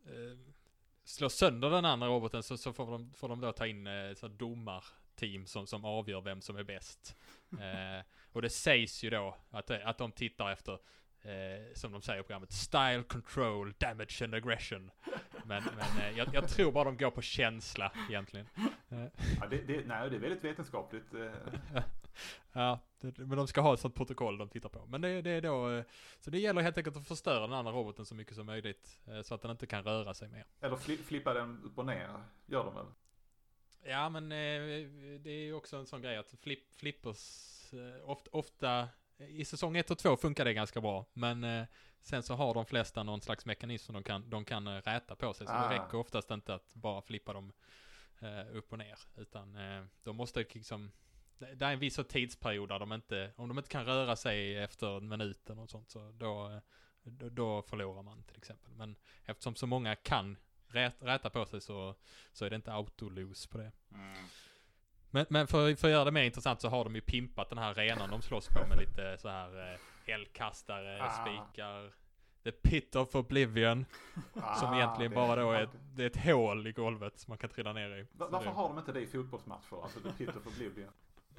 slå sönder den andra roboten så, så får, de, får de då ta in eh, så domarteam som, som avgör vem som är bäst. Eh, och det sägs ju då att, att de tittar efter, eh, som de säger i programmet, style, control, damage and aggression. Men, men eh, jag, jag tror bara de går på känsla egentligen. Eh. Ja, det, det, nej, det är väldigt vetenskapligt. Eh. Ja, det, men de ska ha ett sånt protokoll de tittar på. Men det, det är då, eh, så det gäller helt enkelt att förstöra den andra roboten så mycket som möjligt. Eh, så att den inte kan röra sig mer. Eller fli, flippa den upp och ner, gör de väl? Ja, men eh, det är ju också en sån grej att flip, flippers eh, ofta, ofta i säsong ett och två funkar det ganska bra. Men eh, sen så har de flesta någon slags mekanism som de kan, de kan eh, räta på sig. Så ah. det räcker oftast inte att bara flippa dem eh, upp och ner. Utan eh, de måste liksom, det är en viss tidsperiod där de inte, om de inte kan röra sig efter en minut eller något sånt, så då, då, då förlorar man till exempel. Men eftersom så många kan rät, räta på sig så, så är det inte auto-lose på det. Mm. Men, men för, för att göra det mer intressant så har de ju pimpat den här arenan de slåss på med lite så här eh, eldkastare, ah. spikar, the pit of oblivion, ah, som egentligen bara då är ett, det är ett hål i golvet som man kan trilla ner i. Va, varför det, har de inte det i fotbollsmatcher? Alltså the pit of oblivion.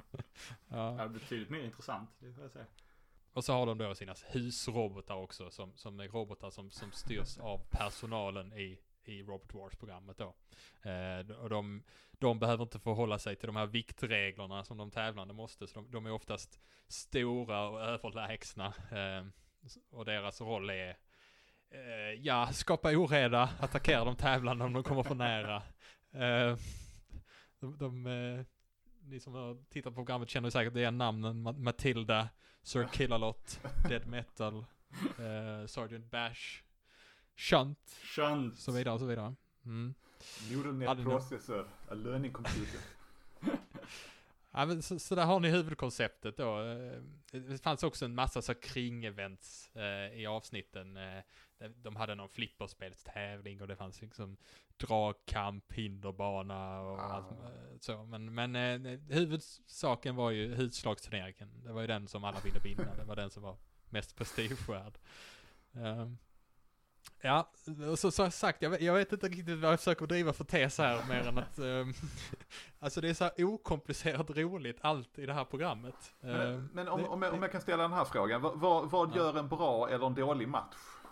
Ja. Det är betydligt mer intressant, det får jag säga. Och så har de då sina husrobotar också, som, som är robotar som, som styrs av personalen i, i Robot Wars-programmet då. Eh, och de, de behöver inte förhålla sig till de här viktreglerna som de tävlande måste, så de, de är oftast stora och överlägsna. Eh, och deras roll är eh, ja, skapa oreda, attackera de tävlande om de kommer för nära. Eh, de... de eh, ni som har tittat på programmet känner säkert det är namnen Matilda, Sir Killalot, Dead Metal, uh, Sergeant Bash, Shunt, Shunt, så vidare och så vidare. Mm. Neural Net Processor, a learning computer. Ja, men så, så där har ni huvudkonceptet då. Det fanns också en massa så kring-events eh, i avsnitten. Eh, de hade någon flipperspelstävling och det fanns liksom dragkamp, hinderbana och ah. allt, så. Men, men eh, huvudsaken var ju hudslagsturneringen. Det var ju den som alla ville vinna. Det var den som var mest prestigevärd. Um, ja, och så, så sagt, jag vet, jag vet inte riktigt vad jag försöker driva för tes här, mer än att um, alltså det är så här okomplicerat roligt allt i det här programmet. Men, um, men om, det, om, jag, om jag kan ställa den här frågan, vad, vad, vad gör ja. en bra eller en dålig match?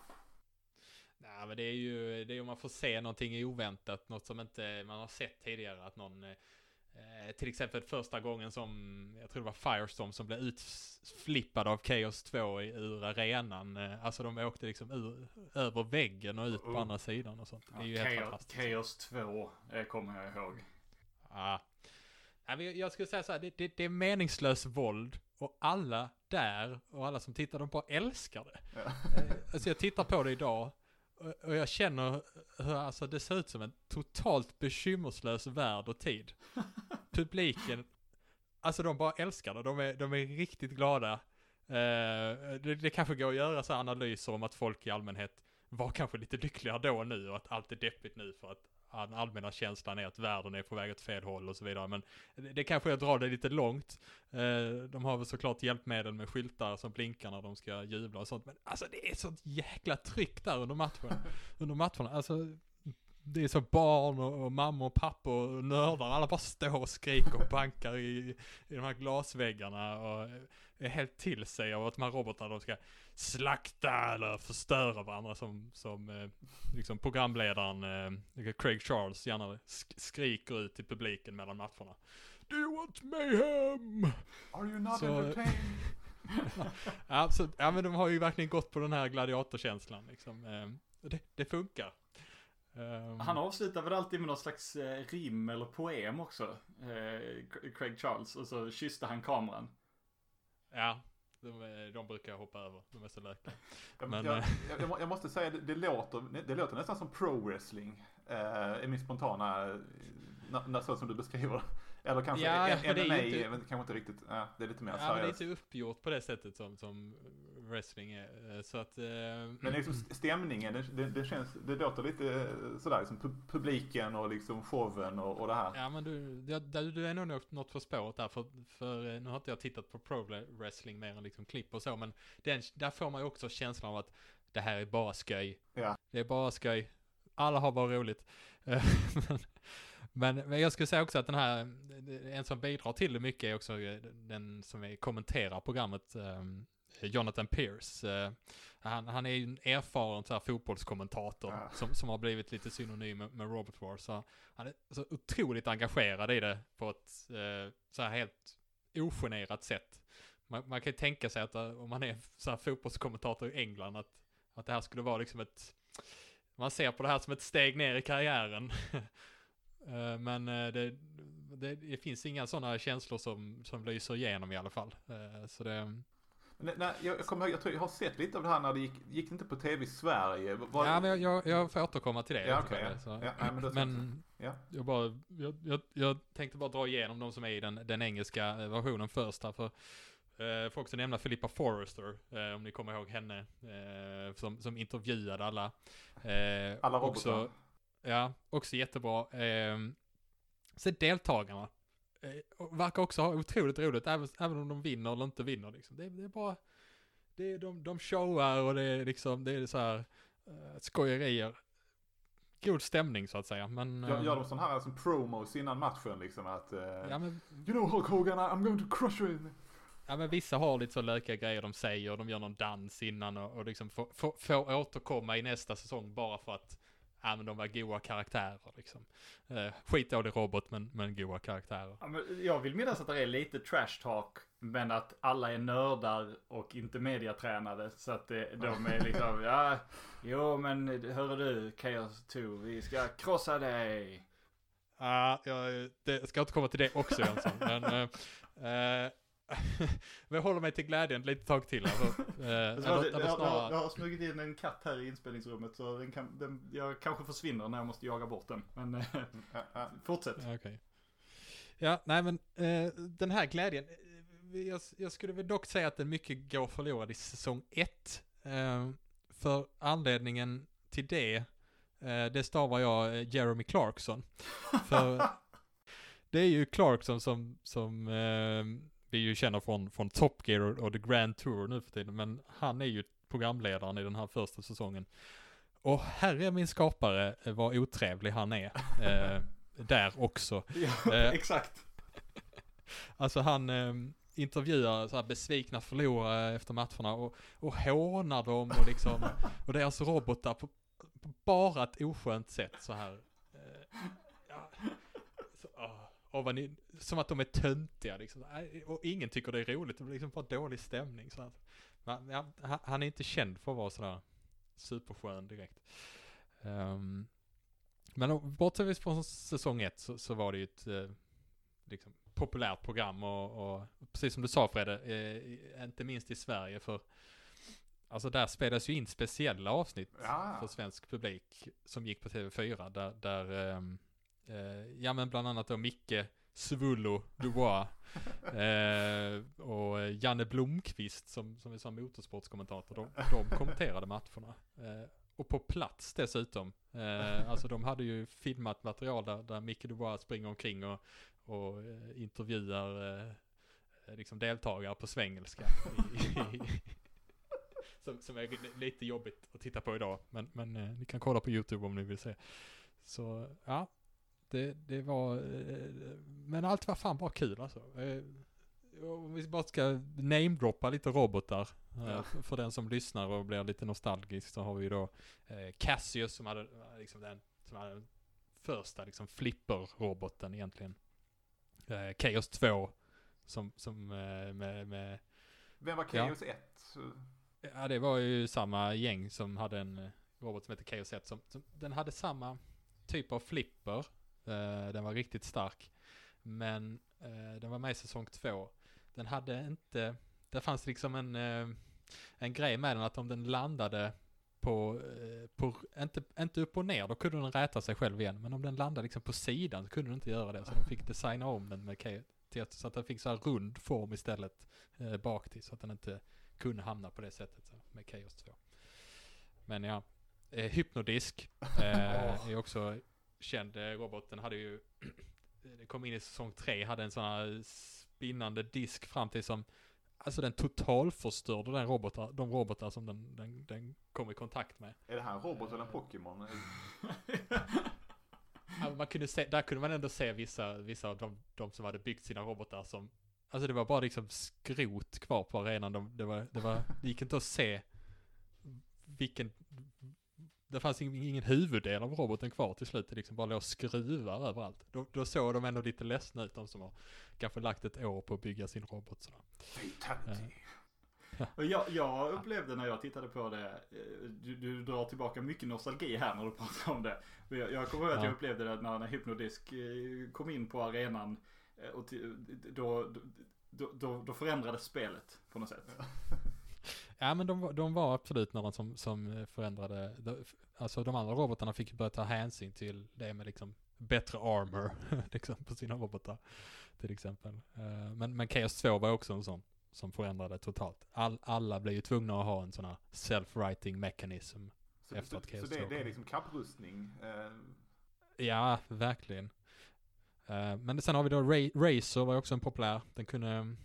Nej, men det är ju det är om man får se någonting oväntat, något som inte man har sett tidigare, att någon eh, till exempel första gången som jag tror det var Firestorm som blev utflippad av Chaos två i, ur arenan, eh, alltså de åkte liksom ur, över väggen och ut på uh. andra sidan och sånt. Det är ju ja, helt Chaos, fantastiskt. Chaos två eh, kommer jag ihåg. Ja. Jag skulle säga så här, det, det, det är meningslös våld och alla där och alla som tittar, de bara älskar det. Ja. Alltså jag tittar på det idag och jag känner hur alltså det ser ut som en totalt bekymmerslös värld och tid. Publiken, alltså de bara älskar det. De är, de är riktigt glada. Uh, det, det kanske går att göra så analyser om att folk i allmänhet var kanske lite lyckligare då och nu och att allt är deppigt nu för att den allmänna känslan är att världen är på väg åt fel håll och så vidare. Men det, det kanske jag drar det lite långt. Uh, de har väl såklart hjälpmedel med skyltar som blinkar när de ska jubla och sånt. Men alltså det är sånt jäkla tryck där under matchen. under matcherna. Alltså det är så barn och, och mamma och pappa och nördar. Alla bara står och skriker och bankar i, i de här glasväggarna och är helt till sig av att de här robotarna de ska slakta eller förstöra varandra som, som eh, liksom programledaren eh, Craig Charles gärna sk- skriker ut till publiken mellan matcherna. Do you want mayhem? Are you not så, entertained? ja, så, ja, men de har ju verkligen gått på den här gladiatorkänslan. Liksom. Eh, det, det funkar. Um, Han avslutar väl alltid med någon slags eh, rim eller poem också, eh, Craig Charles, och så kysste han kameran. Ja, de, de brukar jag hoppa över, de är så läkare. Men, jag, jag, jag måste säga, det, det, låter, det låter nästan som pro-wrestling, eh, i min spontana, na, så som du beskriver. Eller kanske ja, M M A, inte, men kanske inte riktigt, ja, det är lite mer ja, seriöst. Men det är inte uppgjort på det sättet som, som wrestling är. Så att... Eh, Men liksom stämningen, det, det, det känns, det låter lite sådär, liksom publiken och liksom showen och, och det här. Ja, men du, du, du är nog något, något för spåret där, för, för nu har inte jag tittat på pro wrestling mer än liksom klipp och så, men den, där får man ju också känslan av att det här är bara skoj. Ja. Det är bara skoj. Alla har bara roligt. men, men, men jag skulle säga också att den här, en som bidrar till det mycket är också den som är kommenterar programmet, um, Jonathan Pierce. Uh, han, han är ju en erfaren så här, fotbollskommentator ja. som, som har blivit lite synonym med, med Robot Wars. Så han är så otroligt engagerad i det på ett uh, så här helt ogenerat sätt. Man, man kan ju tänka sig att uh, om man är så här fotbollskommentator i England att, att det här skulle vara liksom ett, man ser på det här som ett steg ner i karriären. uh, men uh, det, det, det finns inga sådana känslor som, som lyser igenom i alla fall. Uh, så det... Nej, nej, jag, kommer ihåg, jag tror jag har sett lite av det här när det gick, gick inte på tv i Sverige. Var... Ja, men jag, jag, jag får återkomma till det. Ja, okay, ja. Så. Ja, nej, men då men ja. jag, bara, jag, jag, jag tänkte bara dra igenom de som är i den, den engelska versionen först. Här, för eh, får också nämna Philippa Forrester, eh, om ni kommer ihåg henne, eh, som, som intervjuade alla. Eh, alla robotar. Också, ja, också jättebra. Eh, så deltagarna. Och verkar också ha otroligt roligt, även, även om de vinner eller inte vinner. Liksom. Det, det är bara, det är, de, de showar och det är liksom, det är så här uh, skojerier. God stämning så att säga. Men, uh, gör, gör de sån här alltså, promos innan matchen liksom att uh, ja, men, you know Hulk Hogan, I'm going to crush you. Ja, men vissa har lite så löka grejer de säger och de gör någon dans innan och, och liksom får, får, får återkomma i nästa säsong bara för att ja, men de var goa karaktärer liksom. Eh, skitdålig robot men, men goa karaktärer. Ja, men jag vill minnas att det är lite trash talk, men att alla är nördar och inte mediatränade. Så att det, de är liksom, ja, jo men hör du, Chaos två, vi ska krossa dig. Ja, uh, jag det, ska återkomma till det också Jönsson. Men uh, uh, jag håller mig till glädjen lite tag till. Alltså, uh, eller, eller eller jag, snarare... jag har smugit in en katt här i inspelningsrummet så den kan, den, jag kanske försvinner när jag måste jaga bort den. Men uh, fortsätt. Okej. Okay. Ja, nej men uh, den här glädjen, jag, jag skulle väl dock säga att den mycket går förlorad i säsong ett. Uh, för anledningen till det, uh, det stavar jag Jeremy Clarkson. För det är ju Clarkson som, som uh, vi ju känner från, från Top Gear och, och The Grand Tour nu för tiden. Men han är ju programledaren i den här första säsongen. Och herre min skapare vad otrevlig han är. Uh, där också. Ja, uh, exakt. Alltså han uh, intervjuar så här besvikna förlorare efter matcherna och, och hånar dem och liksom och deras robotar på, på bara ett oskönt sätt så här. Uh, ja, så, uh, och vad ni, som att de är töntiga liksom. Och ingen tycker det är roligt. Det blir liksom bara dålig stämning så att, men, ja, han är inte känd för att vara sådär superskön direkt. Um, men bortsett från säsong ett så, så var det ju ett uh, liksom populärt program och, och precis som du sa Fredde, eh, inte minst i Sverige för alltså där spelas ju in speciella avsnitt ja. för svensk publik som gick på T V fyra där, där eh, eh, ja men bland annat då Micke Svullo Dubois eh, och Janne Blomqvist som, som är som motorsportskommentator, de, de kommenterade matcherna. Eh, och på plats dessutom. Eh, alltså de hade ju filmat material där, där Micke Dubois springer omkring och och eh, intervjuar eh, liksom deltagare på svengelska i, i, som, som är lite jobbigt att titta på idag men, men eh, ni kan kolla på YouTube om ni vill se så ja det, det var eh, men allt var fan bara kul alltså eh, om vi bara ska namedroppa lite robotar eh, ja. för, för den som lyssnar och blir lite nostalgisk så har vi då eh, Cassius som hade liksom den som hade den första liksom flipper-roboten egentligen. Uh, Chaos två som, som uh, med, med... Vem var Chaos ja. ett? Ja, det var ju samma gäng som hade en uh, robot som heter Chaos ett. Som, som, den hade samma typ av flipper. Uh, den var riktigt stark. Men uh, den var med i säsong två. Den hade inte... Det fanns liksom en, uh, en grej med den att om den landade på, uh, på inte, inte upp och ner, då kunde den räta sig själv igen. Men om den landade liksom på sidan så kunde den inte göra det. Så de fick designa om den med Chaos så att den fick så här rund form istället uh, bak till så att den inte kunde hamna på det sättet så, med Chaos två. Men ja, eh, Hypnodisk eh, är också känd robot. Den hade ju, det kom in i säsong tre, hade en sån här spinnande disk fram till som, alltså den totalförstörde den robotar, de robotar som den, den, den kom i kontakt med. Är det här en robot eller en Pokémon? Man kunde se, där kunde man ändå se vissa, vissa av de, de som hade byggt sina robotar som, alltså det var bara liksom skrot kvar på arenan. De, det, var, det, var, det gick inte att se vilken, det fanns ingen, ingen huvuddel av roboten kvar till slut. Det liksom bara låg skruvar överallt. Då, då såg de ändå lite ledsna ut, de som har kanske lagt ett år på att bygga sin robot. Sådär. Fatality. Ja. Och jag, jag upplevde när jag tittade på det, du, du drar tillbaka mycket nostalgi här när du pratar om det. Jag, jag kommer ihåg att Ja. jag upplevde det när, när Hypnodisk kom in på arenan och till, då, då, då, då förändrades spelet på något sätt. Ja, men de, de var absolut någon som, som förändrade, de, alltså de andra robotarna fick börja ta hänsyn till det med liksom bättre armor liksom, på sina robotar till exempel. Men, men Chaos två var också en sån som förändrade totalt. All, alla blev ju tvungna att ha en sån här self-writing mechanism Så, efter så, att Chaos så det, två det är kom. liksom kapprustning. Eh, Ja, verkligen. Uh, men sen har vi då Ra- Razer var också en populär. Den kunde, uh,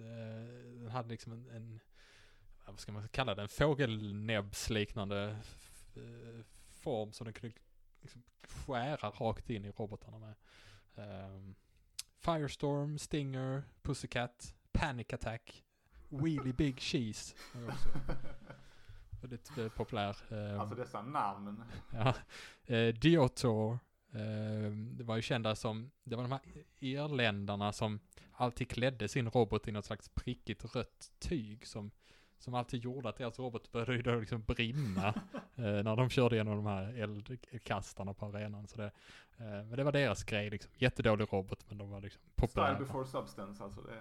den hade liksom en, en, vad ska man kalla det, en fågelnäbbsliknande uh, form som den kunde liksom skära rakt in i robotarna med. Um, Firestorm, Stinger, Pussycat, Panic Attack, Wheelie Big Cheese var också väldigt uh, populär. Um, alltså dessa namn. Ja, uh, Diotor. Uh, det var ju kända som, det var de här irländarna som alltid klädde sin robot i något slags prickigt rött tyg som, som alltid gjorde att deras robot började liksom brinna uh, när de körde igenom de här eldkastarna på arenan. Så det, uh, men det var deras grej liksom. Jättedålig robot, men de var liksom populära. Style before substance, alltså det.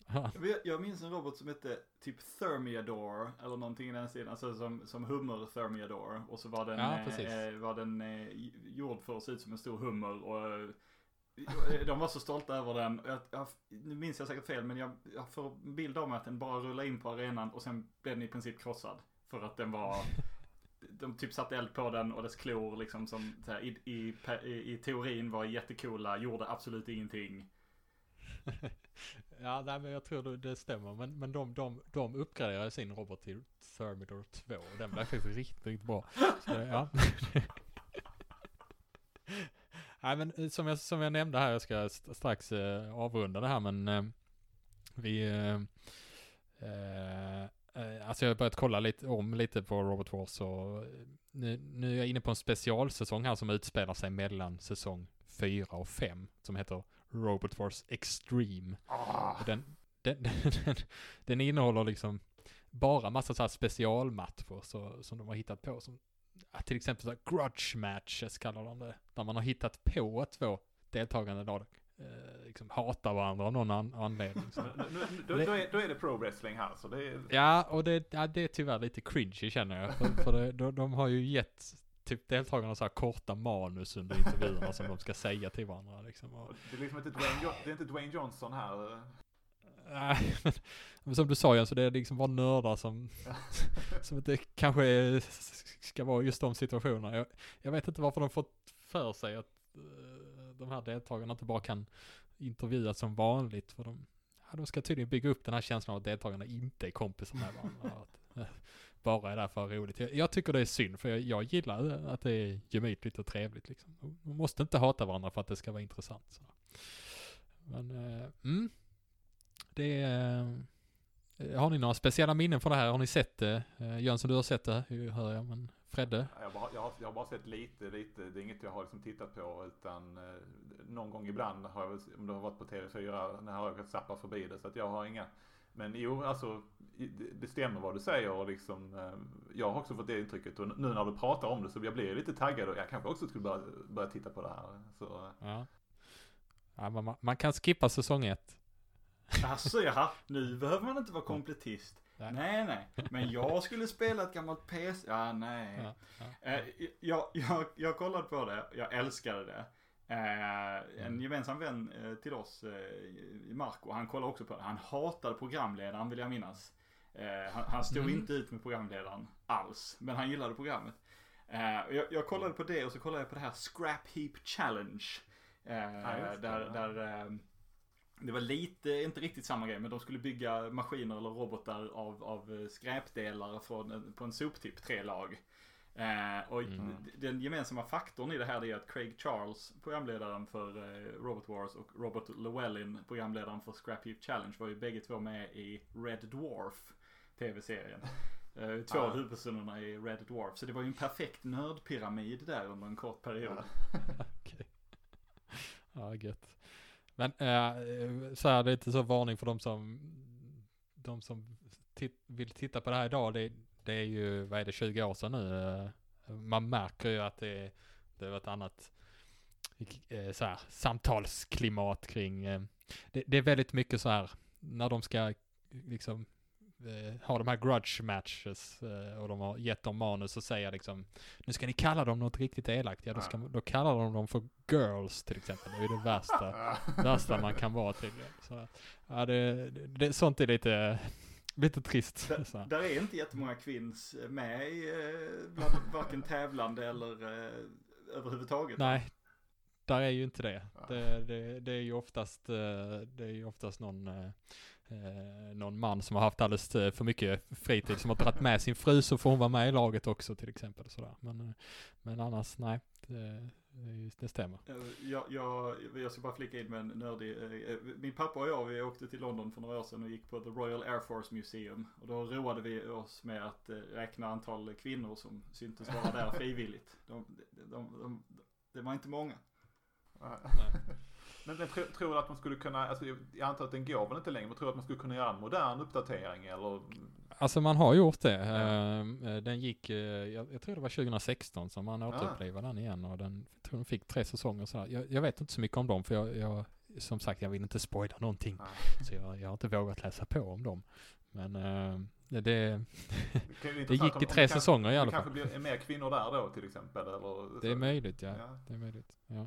Jag minns en robot som hette typ Thermiador eller någonting i den stilen, alltså som, som hummer Thermiador, och så var den, Ja, eh, var den eh, gjord för att se ut som en stor hummer, och eh, de var så stolta över den. Jag, jag, nu minns jag säkert fel, men jag, jag får en bild av mig att den bara rullade in på arenan och sen blev den i princip krossad för att den var de typ satte eld på den och dess klor liksom som så här, i, i, i, i teorin var jättekola, gjorde absolut ingenting. Ja, nej, men jag tror det, det stämmer. Men, men de, de, de uppgraderade sin robot till Thermidor två. Och den blev faktiskt riktigt, riktigt bra. Så, ja. Nej, men som jag, som jag nämnde här, jag ska strax eh, avrunda det här, men eh, vi... Eh, eh, alltså jag har börjat kolla lite om lite på Robot Wars, och nu, nu är jag inne på en specialsäsong här som utspelar sig mellan säsong fyra och fem, som heter Robot Wars Extreme. Ah. Den, den, den, den innehåller liksom bara massa så här specialmatcher så, som de har hittat på. Som, till exempel så här grudge matches kallar de det. Där man har hittat på att två deltagande lag eh, liksom hatar varandra av någon an, anledning. Så. Nu, nu, då, då, är, då är det pro-wrestling här. Så det är... Ja, och det, ja, det är tyvärr lite cringy känner jag. För, för det, de, de har ju gett typ deltagarna så här korta manus under intervjuerna som de ska säga till varandra liksom. Och, Det är liksom inte Dwayne, jo- det är inte Dwayne Johnson här. nej, men, men som du sa Jens, så det är liksom bara nördar som, som inte kanske är, ska vara just de situationerna. Jag, jag vet inte varför de fått för sig att uh, de här deltagarna inte bara kan intervjuas som vanligt. För de, ja, de ska tydligen bygga upp den här känslan av att deltagarna inte är kompisar med varandra. Att, uh, bara är där för roligt. Jag, jag tycker det är synd, för jag, jag gillar att det är gemytligt och trevligt. Liksom. Man måste inte hata varandra för att det ska vara intressant. Så. Men, uh, mm. Det är, har ni några speciella minnen från det här? Har ni sett det? Eh, Jönsson, du har sett det, hör jag, men Fredde? Jag, har bara, jag, har, jag har bara sett lite, lite. Det är inget jag har liksom tittat på, utan eh, någon gång ibland har jag, om det har varit på T V fyra, när jag har zappat förbi det, så att jag har inga. Men jo, alltså det, det stämmer vad du säger, och liksom, eh, jag har också fått det intrycket, och nu när du pratar om det så jag blir lite taggad, och jag kanske också skulle börja, börja titta på det här. Så. Ja. Ja, man, man kan skippa säsong ett. Alltså ja, nu behöver man inte vara kompletist. Nej. Nej, nej. Men jag skulle spela ett gammalt P S. Ja, nej. Ja, ja. Eh, jag, jag, jag kollade på det. Jag älskade det. Eh, en gemensam vän eh, till oss, eh, Marco, han kollade också på det. Han hatade programledaren, vill jag minnas. Eh, han, han stod Mm. inte ut med programledaren alls, men han gillade programmet. Eh, jag, jag kollade på det och så kollade jag på det här Scrap Heap Challenge. Eh, Ja, just det, där, ja. där eh, det var lite, inte riktigt samma grej, men de skulle bygga maskiner eller robotar av, av skräpdelar från en, på en soptipp, tre lag. Eh, och Mm. den gemensamma faktorn i det här är att Craig Charles, programledaren för eh, Robot Wars, och Robert Llewellyn, programledaren för Scrap Heap Challenge, var ju bägge två med i Red Dwarf tv-serien. Eh, två av Ah. huvudpersonerna i Red Dwarf. Så det var ju en perfekt nördpyramid där under en kort period. Okej. Ja, gött. Men äh, så här, det är inte så varning för de som de som tit- vill titta på det här idag. Det, det är ju, vad är det, tjugo år sedan nu. Äh, man märker ju att det, det är ett annat äh, så här, samtalsklimat kring. Äh, det, det är väldigt mycket så här när de ska liksom eh, har de här grudge matches eh, och de har gett dem manus och säger liksom, nu ska ni kalla dem något riktigt elakt. Ja, då, ska, då kallar de dem för girls till exempel. Det är det värsta, värsta man kan vara tydligen. Så, ja, det, det, sånt är lite, lite trist. Där, där är inte jättemånga kvinns med i eh, bland varken tävlande eller eh, överhuvudtaget. Nej, där är ju inte det. Det, det, det är ju oftast, det är ju oftast någon, eh, någon man som har haft alldeles för mycket fritid som har dragit med sin fru, så får hon vara med i laget också till exempel. Sådär. Men, men annars, nej, det, det stämmer. Jag, jag, jag ska bara flika in med en nördig. Min pappa och jag, vi åkte till London för några år sedan och gick på The Royal Air Force Museum. Och då roade vi oss med att räkna antal kvinnor som syntes vara där frivilligt. De, de, de, de, det var inte många. Men jag tror, tror att man skulle kunna, alltså jag antar att den går väl inte längre, men tror att man skulle kunna göra en modern uppdatering eller? Alltså man har gjort det. Ja. Den gick, jag, jag tror det var tjugo sexton som man återupplivade den igen, och den, jag tror den fick tre säsonger så här. Jag, jag vet inte så mycket om dem, för jag, jag som sagt, jag vill inte spoila någonting. Nej. Så jag, jag har inte vågat läsa på om dem. Men uh, det, det, det gick i tre säsonger kan, i alla fall. Det kanske blir mer kvinnor där då till exempel? Eller, det är möjligt, ja. ja. Det är möjligt, ja.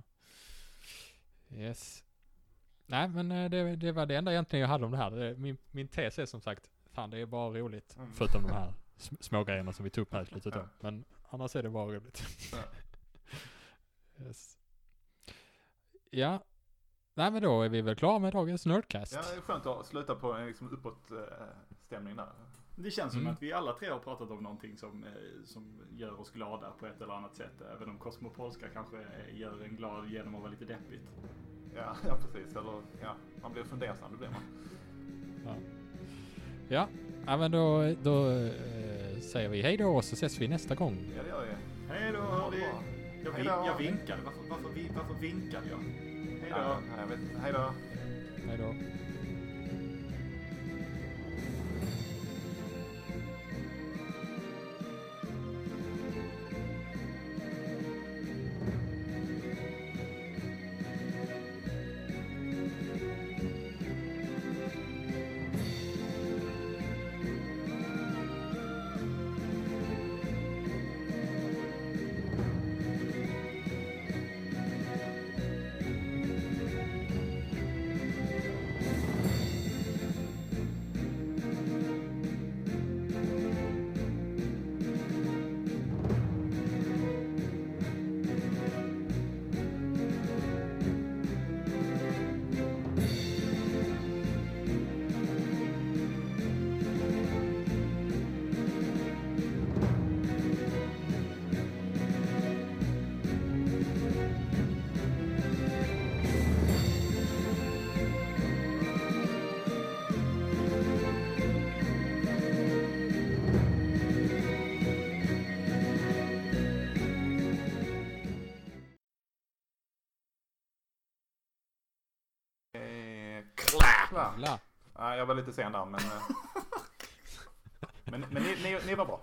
Yes. Nej, men det, det var det enda egentligen jag hade om det här. Det, min, min tes är som sagt, fan det är bara roligt. Mm. Förutom de här små grejerna som vi tog upp här i slutet då. Men annars är det bara roligt. Ja. Yes. Ja. Nej, men då är vi väl klara med dagens Nerdcast. Ja, det är skönt att sluta på en liksom uppåt äh, stämning där. Det känns som mm. att vi alla tre har pratat om någonting som, eh, som gör oss glada på ett eller annat sätt. Även om Cosmopolska kanske gör en glad genom att vara lite deppigt. Ja, ja precis. Eller, ja, man blir fundersam, det blir man. Ja, ja. ja men då, då äh, säger vi hej då, och så ses vi nästa gång. Ja, det gör vi. Hej då, hörni. Jag, vin, jag vinkade. Varför, varför, varför vinkade jag? Hej då. Ja, jag vet inte. Hej då. Hej då. Ja. Ja, jag var lite sen där, men men, men ni, ni, ni var bra.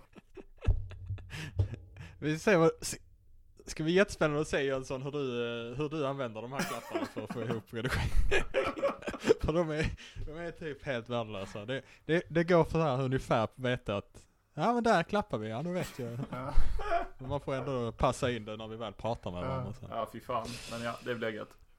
Vi ser vad, ska vi jättespännande att se, Jönsson, hur du, hur du använder de här klapparna för att få ihop redigering. För de är, de är typ helt värdelösa. Det, det, det går för här ungefär på veta att ja, men där klappar vi, ja, då vet jag. Ja. Man får ändå passa in det när vi väl pratar med varandra. Ja, fy fan. Men ja, det blir gött.